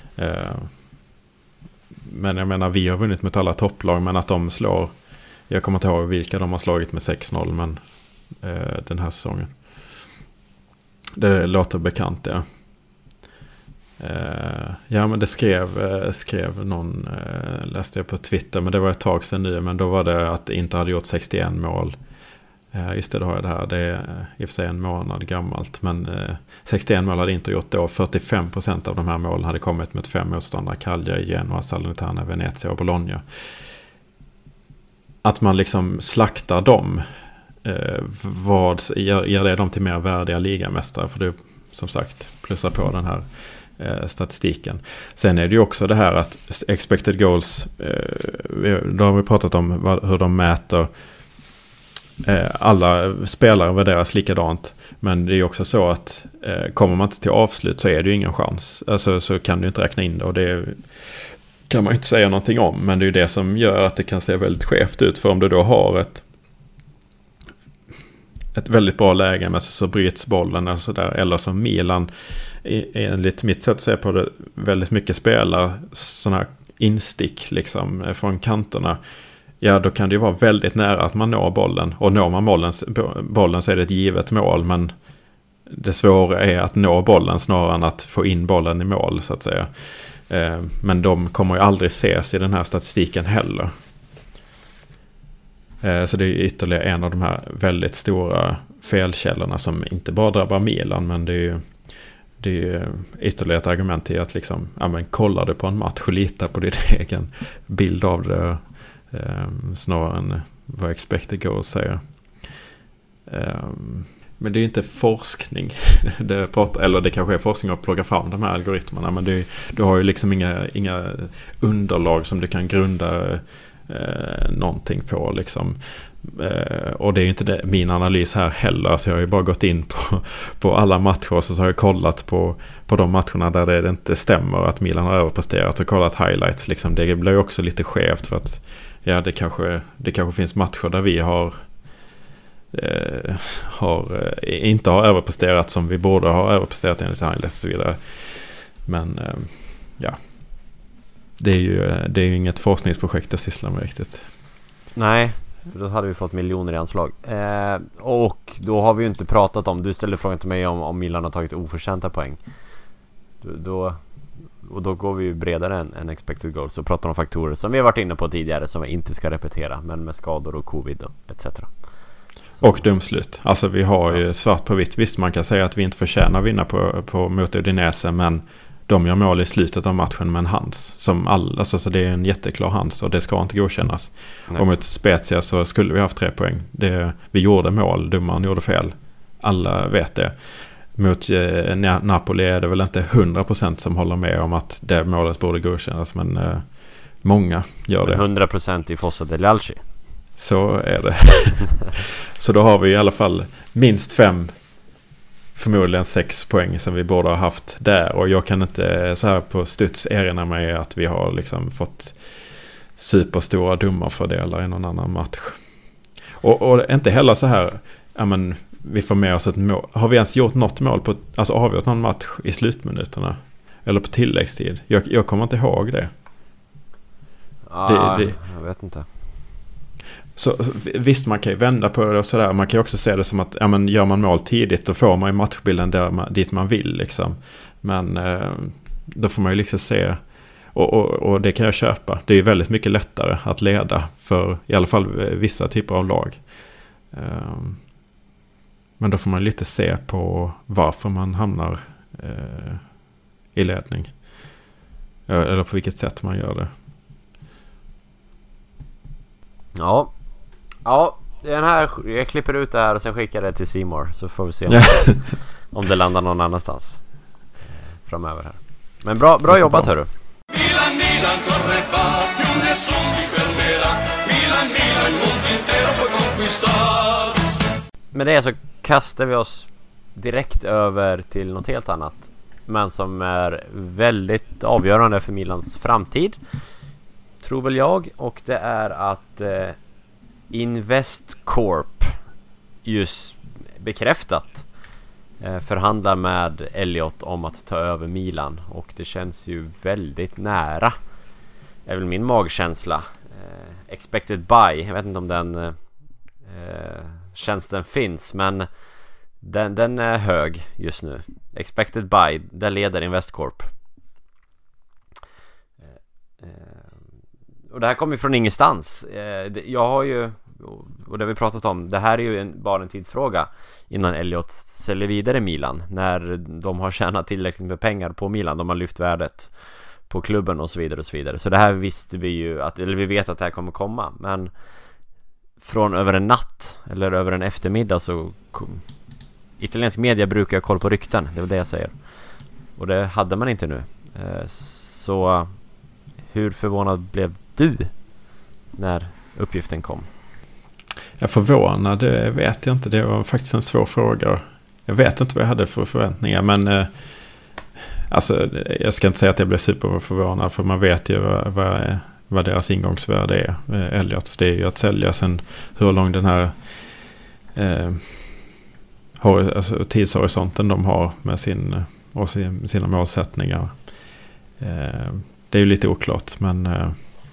Men jag menar, vi har vunnit mot alla topplag, men att de slår, jag kommer inte ihåg vilka de har slagit med sex noll, men eh, den här säsongen, det låter bekant, ja. Eh, ja, men det skrev skrev någon, eh, läste jag på Twitter, men det var ett tag sedan nu, men då var det att det inte hade gjort sextioen mål. Just det, då har jag det här. Det är i och för sig en månad gammalt, men eh, sextioen mål hade inte gjort då. fyrtiofem procent av de här målen hade kommit med fem motståndare: Cagliari, Genoa, Salernitana, Venezia och Bologna. Att man liksom slaktar dem, eh, vad ger, ger det dem till mer värdiga ligamästare? För det, som sagt, plussar på den här eh, statistiken. Sen är det ju också det här att expected goals, eh, då har vi pratat om vad, hur de mäter. Alla spelare värderas likadant, men det är ju också så att eh, kommer man inte till avslut så är det ju ingen chans. Alltså, så kan du inte räkna in det, och det kan man inte säga någonting om, men det är ju det som gör att det kan se väldigt skevt ut. För om du då har ett ett väldigt bra läge, men så bryts bollen eller så där, eller som Milan enligt mitt sätt att se på det väldigt mycket spelar sådana här instick liksom från kanterna. Ja, då kan det ju vara väldigt nära att man når bollen. Och når man bollen, bollen så är det ett givet mål. Men det svåra är att nå bollen snarare än att få in bollen i mål, så att säga. Eh, men de kommer ju aldrig ses i den här statistiken heller. Eh, så det är ytterligare en av de här väldigt stora felkällorna som inte bara drabbar Milan. Men det är ju, det är ju ytterligare ett argument till att liksom, ja, men kollar du på en match och litar på din egen bild av det, Um, snarare än vad expected goals säger. Um, men det är ju inte forskning. det pratar, eller det kanske är forskning att plocka fram de här algoritmerna, men det, du har ju liksom inga, inga underlag som du kan grunda eh, någonting på liksom. Eh, och det är ju inte det, min analys här heller. Alltså jag har ju bara gått in på, på alla matcher och så har jag kollat på, på de matcherna där det inte stämmer att Milan har överpresterat och kollat highlights. Liksom. Det blir ju också lite skevt för att ja, det kanske, det kanske finns matcher där vi har, eh, har eh, inte har överpresterat som vi borde ha överpresterat enligt highlights och så vidare. Men eh, ja, det är ju, det är ju inget forskningsprojekt att syssla med riktigt. Nej, för då hade vi fått miljoner i anslag. Eh, och då har vi ju inte pratat om, du ställde frågan till mig om, om Milan har tagit oförtjänta poäng. Då, då, och då går vi ju bredare än, än expected goals och pratar om faktorer som vi har varit inne på tidigare som vi inte ska repetera, men med skador och covid och et cetera. Så. Och dumslut. Alltså vi har ju svart på vitt. Visst, man kan säga att vi inte förtjänar att vinna på, på mot Udinese, men de gör mål i slutet av matchen med en hands som all, alltså, så det är en jätteklar hands och det ska inte godkännas. Nej. Och mot Spezia så skulle vi haft tre poäng. Det, vi gjorde mål, domaren gjorde fel. Alla vet det. Mot eh, Napoli är det väl inte hundra procent som håller med om att det målet borde godkännas, men eh, många gör det. hundra procent i Fossa del Alci. Så är det. Så då har vi i alla fall minst fem, förmodligen sex poäng som vi borde ha haft där. Och jag kan inte så här på studs erinra mig att vi har liksom fått superstora domarfördelar i någon annan match. Och, och inte heller så här, ja men vi får med oss ett mål. Har vi ens gjort något mål på, alltså avgjort någon match i slutminuterna? Eller på tilläggstid? Jag, jag kommer inte ihåg det. Ah, det, det. Jag vet inte. Så visst, man kan ju vända på det och sådär. Man kan ju också se det som att ja, men gör man mål tidigt då får man ju matchbilden där man, dit man vill liksom. Men eh, då får man ju liksom se och, och, och det kan jag köpa. Det är ju väldigt mycket lättare att leda för i alla fall vissa typer av lag. Eh, men då får man lite se på varför man hamnar eh, i ledning. Eller på vilket sätt man gör det. Ja. Ja, den här, jag klipper ut det här och sen skickar det till C More så får vi se om, om det landar någon annanstans framöver här. Men bra, bra jobbat hörru. Milan, Milan, corre va, più nessun ti fermerà. Milan, Milan, il mondo intero puoi conquistar. Med det så kastar vi oss direkt över till något helt annat, men som är väldigt avgörande för Milans framtid, tror väl jag, och det är att eh, Investcorp just bekräftat eh, förhandlar med Elliott om att ta över Milan, och det känns ju väldigt nära, är väl min magkänsla. eh, expected buy, jag vet inte om den eh, tjänsten finns, men den, den är hög just nu. Expected buy, där leder Investcorp. eh, eh, Och det här kommer från ingenstans. Jag har ju, och det har vi pratat om, det här är ju en, bara en tidsfråga innan Elliott säljer vidare Milan. När de har tjänat tillräckligt med pengar på Milan, de har lyft värdet på klubben och så vidare och så vidare. Så det här visste vi ju, att, eller vi vet att det här kommer komma. Men från över en natt eller över en eftermiddag så italiensk media brukar ha koll på rykten, det var det jag säger. Och det hade man inte nu. Så hur förvånad blev du när uppgiften kom? Jag är förvånad, det vet jag inte. Det var faktiskt en svår fråga. Jag vet inte vad jag hade för förväntningar, men eh, alltså, jag ska inte säga att jag blev superförvånad, för man vet ju vad, vad, vad deras ingångsvärde är. Eh, Elliott, det är ju att sälja sen hur lång den här eh, har, alltså, tidshorisonten de har med sin, och sin, sina målsättningar. Eh, det är ju lite oklart, men eh,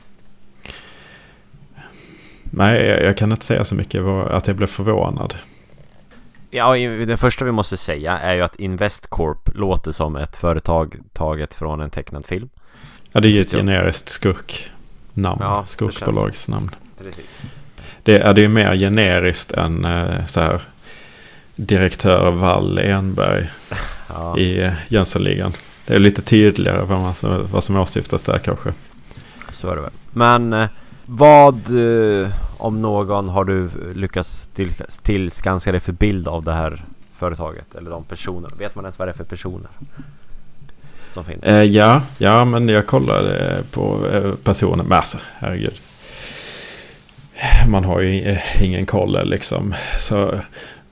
nej, jag kan inte säga så mycket att jag blev förvånad. Ja, det första vi måste säga är ju att Investcorp låter som ett företag taget från en tecknad film. Ja, det är ju ett generiskt skurknamn, ja, skurkbolagsnamn. Precis. Det är det ju mer generiskt än så här direktör Wall Enberg ja. i Jönssonligan. Det är lite tydligare vad, man, vad som åsyftas där kanske. Så är det väl. Men vad, om någon, har du lyckats till, tillskanska dig för bild av det här företaget eller de personerna? Vet man ens vad det är för personer som finns? Eh, ja, ja, men jag kollade på personer. Men alltså, herregud. man har ju ingen koll liksom. Så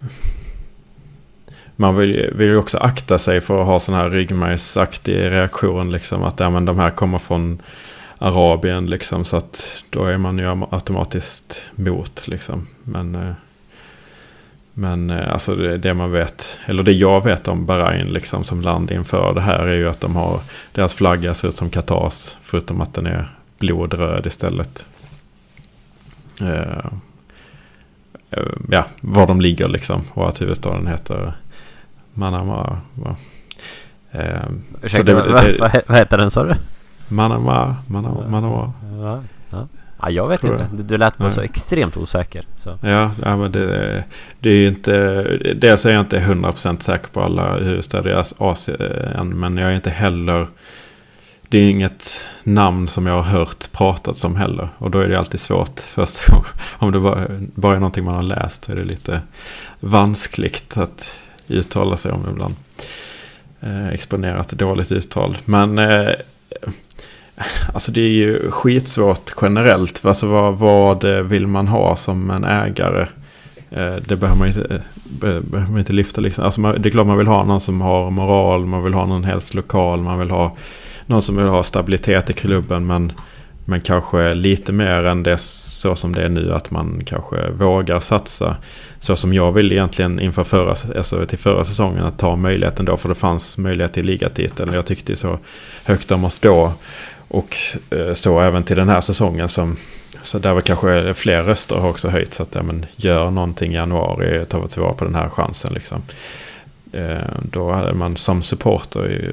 man vill, vill ju också akta sig för att ha sån här ryggmärgsaktig reaktion liksom, att ja, men de här kommer från Arabien liksom, så att då är man ju automatiskt mot liksom. Men men alltså det, det man vet, eller det jag vet om Bahrain liksom som land inför det här, är ju att de har, deras flagga ser ut som Katars, förutom att den är blodröd istället. Uh, uh, ja, var de ligger liksom, och att huvudstaden heter Manama. Uh, så det, vad, det, vad, vad heter den, sa du? Manama, Manama, Manama. Ja, ja. Ja, jag vet jag. inte. Du, du lät på så extremt osäker. Så. Ja, ja, men det, det är ju inte... Dels är jag inte hundra procent säker på alla huvudstäder i Asien, men jag är inte heller... Det är inget namn som jag har hört pratat som heller. Och då är det alltid svårt först. Om det bara, bara är någonting man har läst, så är det lite vanskligt att uttala sig om ibland. Eh, exponerat dåligt uttal. Men... Eh, Alltså det är ju skitsvårt generellt. Alltså vad, vad vill man ha som en ägare? Det behöver man inte, behöver man inte lyfta liksom. Alltså man, det är klart man vill ha någon som har moral. Man vill ha någon helst lokal. Man vill ha någon som vill ha stabilitet i klubben. Men, men kanske lite mer än det så som det är nu. Att man kanske vågar satsa. Så som jag vill egentligen inför förra, alltså till förra säsongen, att ta möjligheten då. För det fanns möjlighet till ligatiteln. Jag tyckte så högt om oss då. Och eh, så även till den här säsongen, som, så där var kanske fler röster har också höjt, så att ja, men gör någonting i januari, ta vi tillvara på den här chansen liksom. Eh, då hade man som supporter ju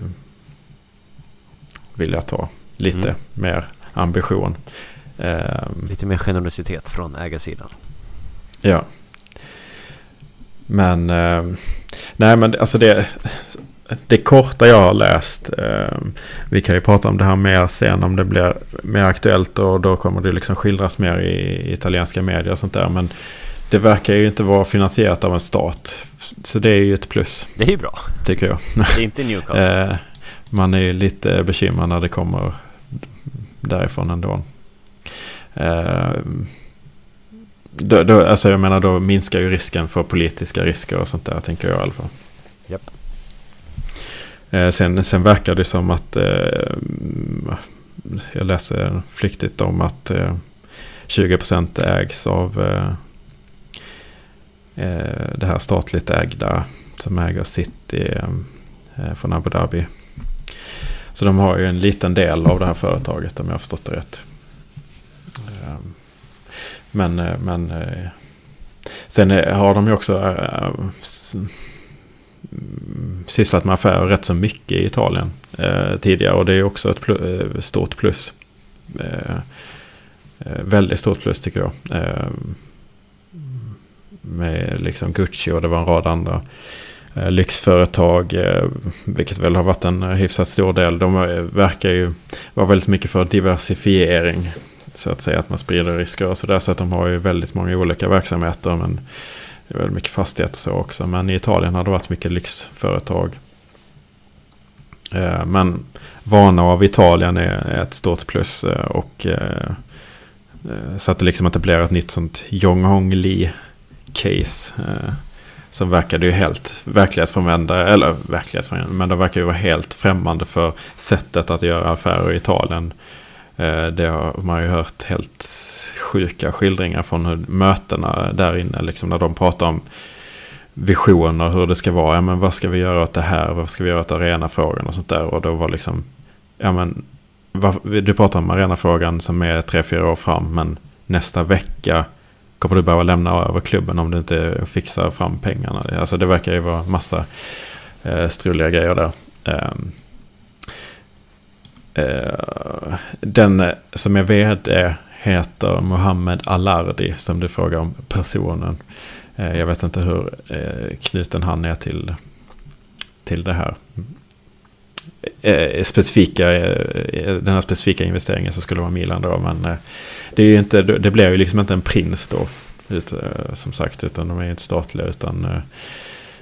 vilja ta lite mm. mer ambition. Eh, lite mer generositet från ägarsidan. Ja. Men eh, nej, men alltså det det korta jag har läst, eh, vi kan ju prata om det här mer sen om det blir mer aktuellt, och då kommer det liksom skildras mer i, i italienska medier och sånt där, men det verkar ju inte vara finansierat av en stat, så det är ju ett plus. Det är ju bra, tycker jag. Det är inte Newcastle. eh, man är ju lite bekymrad när det kommer därifrån ändå. Eh, då, då, alltså jag menar, då minskar ju risken för politiska risker och sånt där, tänker jag i alla fall. Japp. Eh, sen, sen verkar det som att eh, jag läser flyktigt om att eh, tjugo procent ägs av eh, eh, det här statligt ägda som äger City eh, från Abu Dhabi. Så de har ju en liten del av det här företaget, om jag har förstått det rätt. Eh, men men eh, sen har de ju också eh, s- sysslat med affärer rätt så mycket i Italien eh, tidigare, och det är också ett pl- stort plus. Eh, väldigt stort plus tycker jag. Eh, med liksom Gucci, och det var en rad andra eh, lyxföretag, eh, vilket väl har varit en hyfsat stor del. De verkar ju vara väldigt mycket för diversifiering, så att säga, att man sprider risker och sådär, så att de har ju väldigt många olika verksamheter, men det är väldigt mycket fastigheter så också. Men i Italien har det varit mycket lyxföretag. Eh, men vana av Italien är ett stort plus. Eh, och eh, så att det liksom inte blir ett nytt sånt Yonghong-Lee-case. Eh, som verkade ju helt verklighetsfrånvända. Eller verklighetsfrånvända. Men de verkar ju vara helt främmande för sättet att göra affärer i Italien. Eh, det har man ju hört helt sjuka skildringar från hur mötena där inne, liksom när de pratar om visioner, hur det ska vara, ja men vad ska vi göra åt det här, vad ska vi göra åt arenafrågan och sånt där, och då var liksom, ja men vad, du pratar om arenafrågan som är tre, fyra år fram, men nästa vecka kommer du behöva lämna över klubben om du inte fixar fram pengarna. Alltså det verkar ju vara massa eh, struliga grejer där. Um, uh, den som är vd heter Mohammed Alardi, som du frågar om personen. Eh, jag vet inte hur eh, knuten han är till, till det här. Eh, specifika, eh, den här specifika investeringen som skulle vara Milan då, men eh, det är ju inte, det blir ju liksom inte en prins då, ut, eh, som sagt, utan de är inte statliga, utan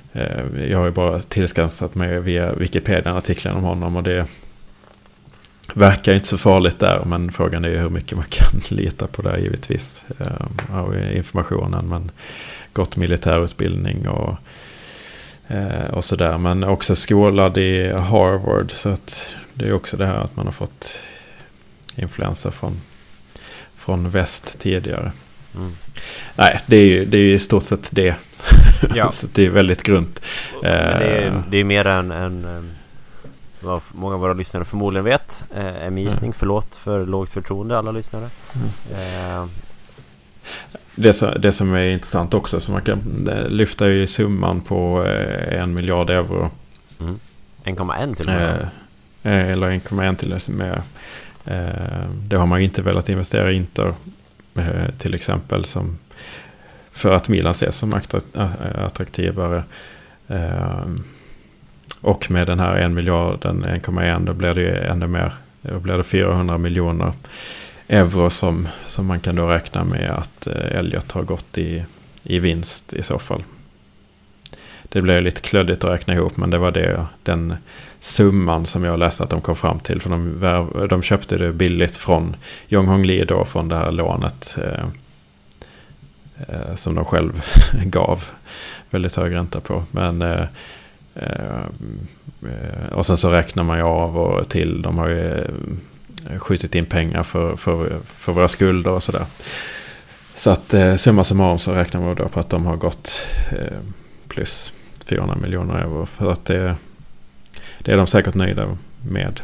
eh, jag har ju bara tillskansat mig via Wikipedia-artikeln om honom, och det verkar inte så farligt där, men frågan är ju hur mycket man kan lita på det givetvis. Eh, av informationen, men gått militärutbildning och, eh, och sådär. Men också skolad i Harvard, så att det är också det här att man har fått influenser från, från väst tidigare. Mm. Nej, det är ju det är ju i stort sett det. Ja. Så det är väldigt grunt. Men det är, det är mer än, än vad många av våra lyssnare förmodligen vet. Eh, en gissning, mm. förlåt för lågt förtroende alla lyssnare. Mm. Eh. Det, som, det som är intressant också, så man kan lyfta ju summan på eh, en miljard euro. Mm. en komma ett till och med. Eh, eller en komma ett till och med. Eh, det har man ju inte velat investera i Inter eh, till exempel, som för att Milan ses som attraktivare. Eh, och med den här en miljarden, en komma ett, då blir det ju ännu mer. Då blir det fyrahundra miljoner euro som, som man kan då räkna med att eh, Elliot har gått i, i vinst i så fall. Det blev lite klöddigt att räkna ihop, men det var det, den summan som jag läste att de kom fram till. För de, de köpte det billigt från Jong Hong Lee då, från det här lånet eh, eh, som de själv gav väldigt hög ränta på. Men eh, eh, och sen så räknar man ju av och till. De har ju skjutit in pengar för, för, för våra skulder och sådär. Så att eh, summa summarum så räknar man då på att de har gått eh, plus fyrahundra miljoner euro. För att det, det är de säkert nöjda med.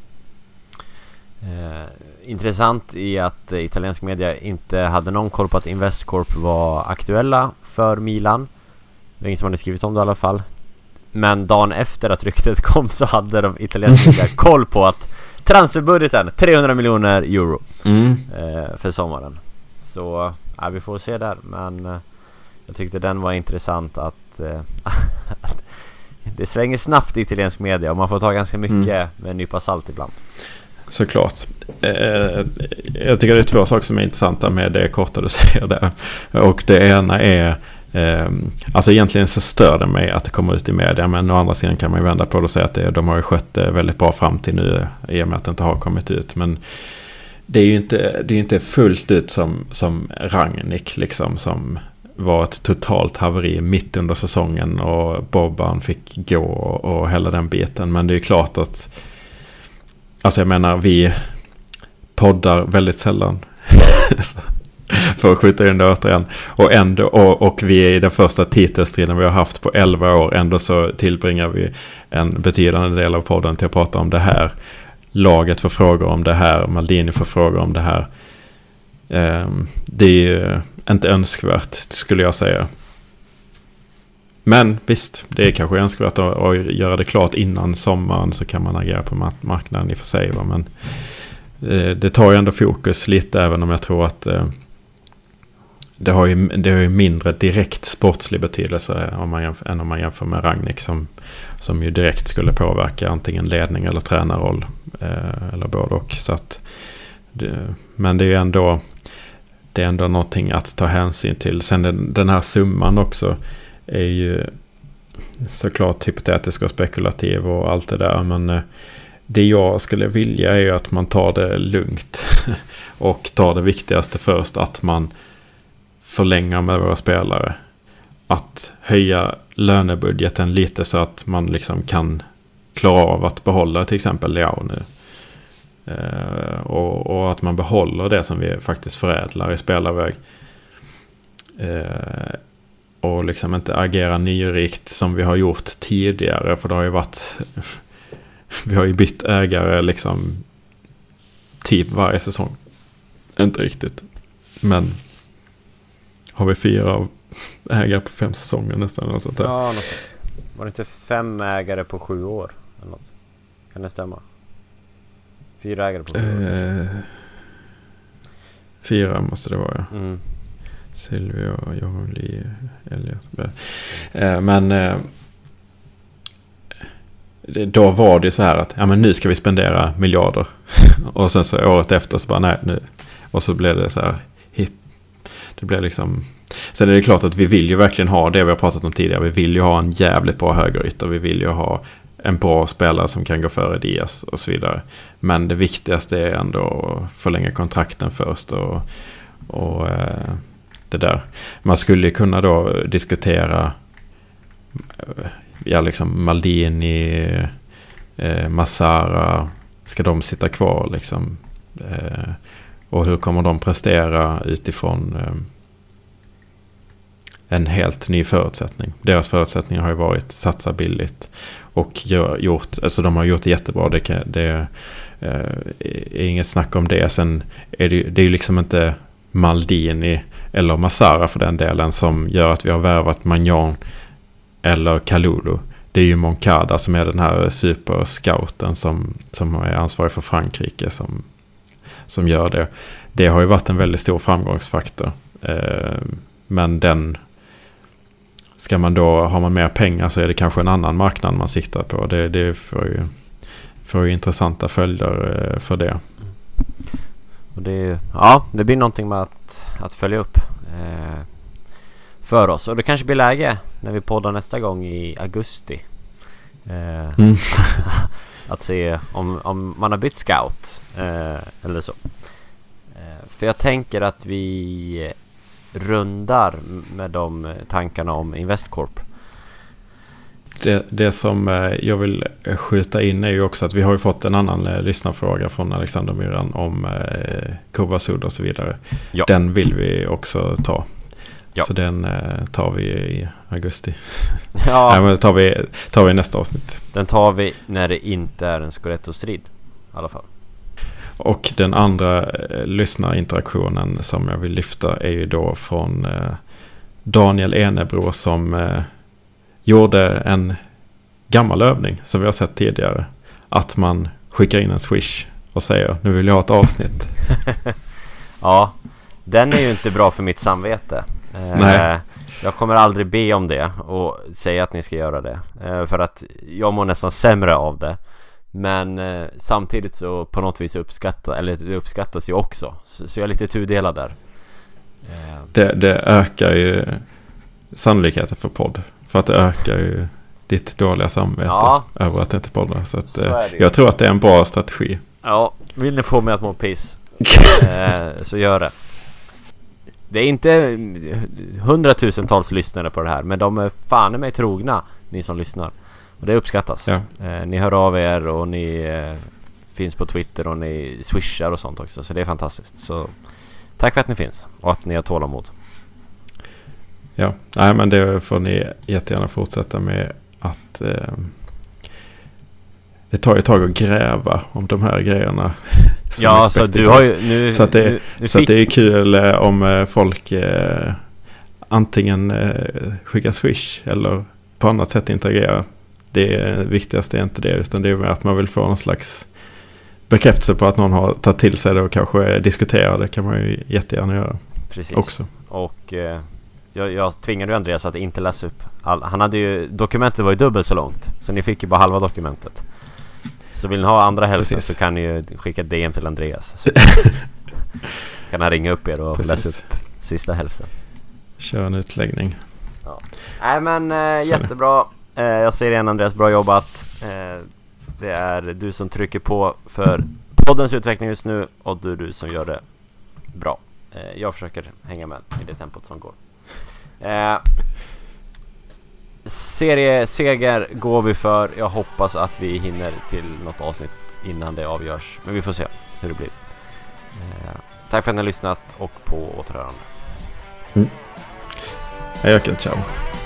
Eh, intressant i att eh, italiensk media inte hade någon koll på att Investcorp var aktuella för Milan. Det är ingen som hade skrivit om det i alla fall. Men dagen efter att ryktet kom så hade de italienska media koll på att transferbudgeten trehundra miljoner euro mm. eh, för sommaren. Så ja, vi får se där. Men eh, jag tyckte den var intressant att eh, det svänger snabbt i italiensk media och man får ta ganska mycket mm. med en nypa salt ibland. Såklart. Eh, jag tycker det är två saker som är intressanta med det korta du säger där. Och det ena är eh, alltså egentligen så stör det mig att det kommer ut i media, men å andra sidan kan man ju vända på det och säga att det, de har ju skött det väldigt bra fram till nu i och med att det inte har kommit ut. Men det är ju inte, det är inte fullt ut som, som Rangnick liksom, som var ett totalt haveri mitt under säsongen och Boban fick gå och, och hela den biten. Men det är ju klart att alltså jag menar, vi poddar väldigt sällan för att skjuta in det återigen. Och, ändå, och, och vi är i den första titelstriden vi har haft på elva år. Ändå så tillbringar vi en betydande del av podden till att prata om det här. Laget får frågor om det här. Maldini får frågor om det här. Um, det är ju inte önskvärt, skulle jag säga. Men visst, det är kanske önskvärt att, att göra det klart innan sommaren, så kan man agera på marknaden i och för sig. Va? Men eh, det tar ju ändå fokus lite, även om jag tror att eh, det, har ju, det har ju mindre direkt sportslig betydelse om man jämför, än om man jämför med Rangnick som, som ju direkt skulle påverka antingen ledning eller tränarroll eh, eller både och. Så att det, men det är ju ändå det är ändå någonting att ta hänsyn till. Sen den, den här summan också är ju såklart hypotetisk och spekulativ och allt det där, men det jag skulle vilja är ju att man tar det lugnt och tar det viktigaste först, att man förlänger med våra spelare, att höja lönebudgeten lite så att man liksom kan klara av att behålla till exempel Leao nu. Uh, och, och att man behåller det som vi faktiskt förädlar i spelarväg. Uh, och liksom inte agera nyrikt som vi har gjort tidigare, för det har ju varit vi har ju bytt ägare liksom typ varje säsong. Inte riktigt, men har vi fyra ägare på fem säsonger nästan eller sånt där. Ja, något. Var det inte fem ägare på sju år eller något? Kan det stämma? Fyra ägare på sju år. Eh, fyra måste det vara, ja. Mm. Silvio, Johli, Elliot. Eh, men eh, då var det så här att ja, men nu ska vi spendera miljarder. Och sen så året efter så bara nej nu. Och så blev det så här hip. Det blev liksom. Sen är det klart att vi vill ju verkligen ha det vi har pratat om tidigare. Vi vill ju ha en jävligt bra högerytter. Vi vill ju ha en bra spelare som kan gå före Diaz och så vidare. Men det viktigaste är ändå att förlänga kontrakten först och, och eh, det där. Man skulle kunna då diskutera ja, liksom Maldini, eh, Massara, ska de sitta kvar liksom? Eh, och hur kommer de prestera utifrån eh, en helt ny förutsättning? Deras förutsättningar har ju varit satsa billigt och gjort, alltså de har gjort det jättebra. Det, kan, det eh, är inget snack om det. Sen är det, det är ju liksom inte Maldini eller Massara för den delen som gör att vi har värvat Magnan eller Kalulu. Det är ju Moncada som är den här superscouten som, som är ansvarig för Frankrike som, som gör det. Det har ju varit en väldigt stor framgångsfaktor. Eh, men den ska man då, har man mer pengar så är det kanske en annan marknad man siktar på. Det, det får ju, får ju intressanta följder eh, för det. Och det, ja, det blir någonting med att, att följa upp eh, för oss. Och det kanske blir läge när vi poddar nästa gång i augusti. Eh, mm. Att se om, om man har bytt scout eh, eller så. Eh, för jag tänker att vi rundar med de tankarna om Investcorp. Det, det som jag vill skjuta in är ju också att vi har ju fått en annan lyssnarfråga från Alexander Myran om eh, Kovasud och så vidare. Ja. Den vill vi också ta. Ja. Så den eh, tar vi i augusti. Ja. Nej, men tar vi, tar vi i nästa avsnitt. Den tar vi när det inte är en Scudetto-strid i alla fall. Och den andra eh, lyssnarinteraktionen som jag vill lyfta är ju då från eh, Daniel Enebro som eh, gjorde en gammal övning som vi har sett tidigare. Att man skickar in en swish och säger nu vill jag ha ett avsnitt. Ja, den är ju inte bra för mitt samvete. Nej. Eh, jag kommer aldrig be om det och säga att ni ska göra det. Eh, för att jag mår nästan sämre av det. Men eh, samtidigt så på något vis uppskattas, eller det uppskattas ju också. Så, så jag är lite tudelad där. Eh. Det, det ökar ju sannolikheten för podd. För att det ökar ju ditt dåliga samvete ja. över att det inte poddar. Så, att, så eh, jag tror att det är en bra strategi. Ja, vill ni få mig att må piss eh, så gör det. Det är inte hundratusentals lyssnare på det här, men de är fan i mig trogna, ni som lyssnar. Och det uppskattas. Ja. Eh, ni hör av er och ni eh, finns på Twitter och ni swishar och sånt också. Så det är fantastiskt. Så tack för att ni finns och att ni har tålamod. Ja, nej, men det får ni jättegärna fortsätta med att eh, det tar ett tag att gräva om de här grejerna. Ja, så du har ju nu, så att det, nu, nu så att det är kul eh, om folk eh, antingen eh, skickar swish eller på annat sätt interagerar. Det viktigaste är inte det, utan det är mer att man vill få någon slags bekräftelse på att någon har tagit till sig det och kanske diskuterar det. Kan man ju jättegärna göra. Precis. Också. Och eh, jag, jag tvingade ju Andreas att inte läsa upp all, han hade ju, dokumentet var ju dubbelt så långt, så ni fick ju bara halva dokumentet. Så vill ni ha andra hälften så kan ni ju skicka D M till Andreas, så kan han ringa upp er och Precis. läsa upp sista hälften. Kör en utläggning. Ja. Nej men eh, jättebra. eh, Jag säger igen Andreas, bra jobbat. eh, Det är du som trycker på för poddens utveckling just nu, och du, du som gör det bra. eh, Jag försöker hänga med i det tempot som går. eh, Serieseger går vi för. Jag hoppas att vi hinner till något avsnitt innan det avgörs, men vi får se hur det blir. eh, Tack för att ni har lyssnat och på återhörande. mm. Jag kan ciao.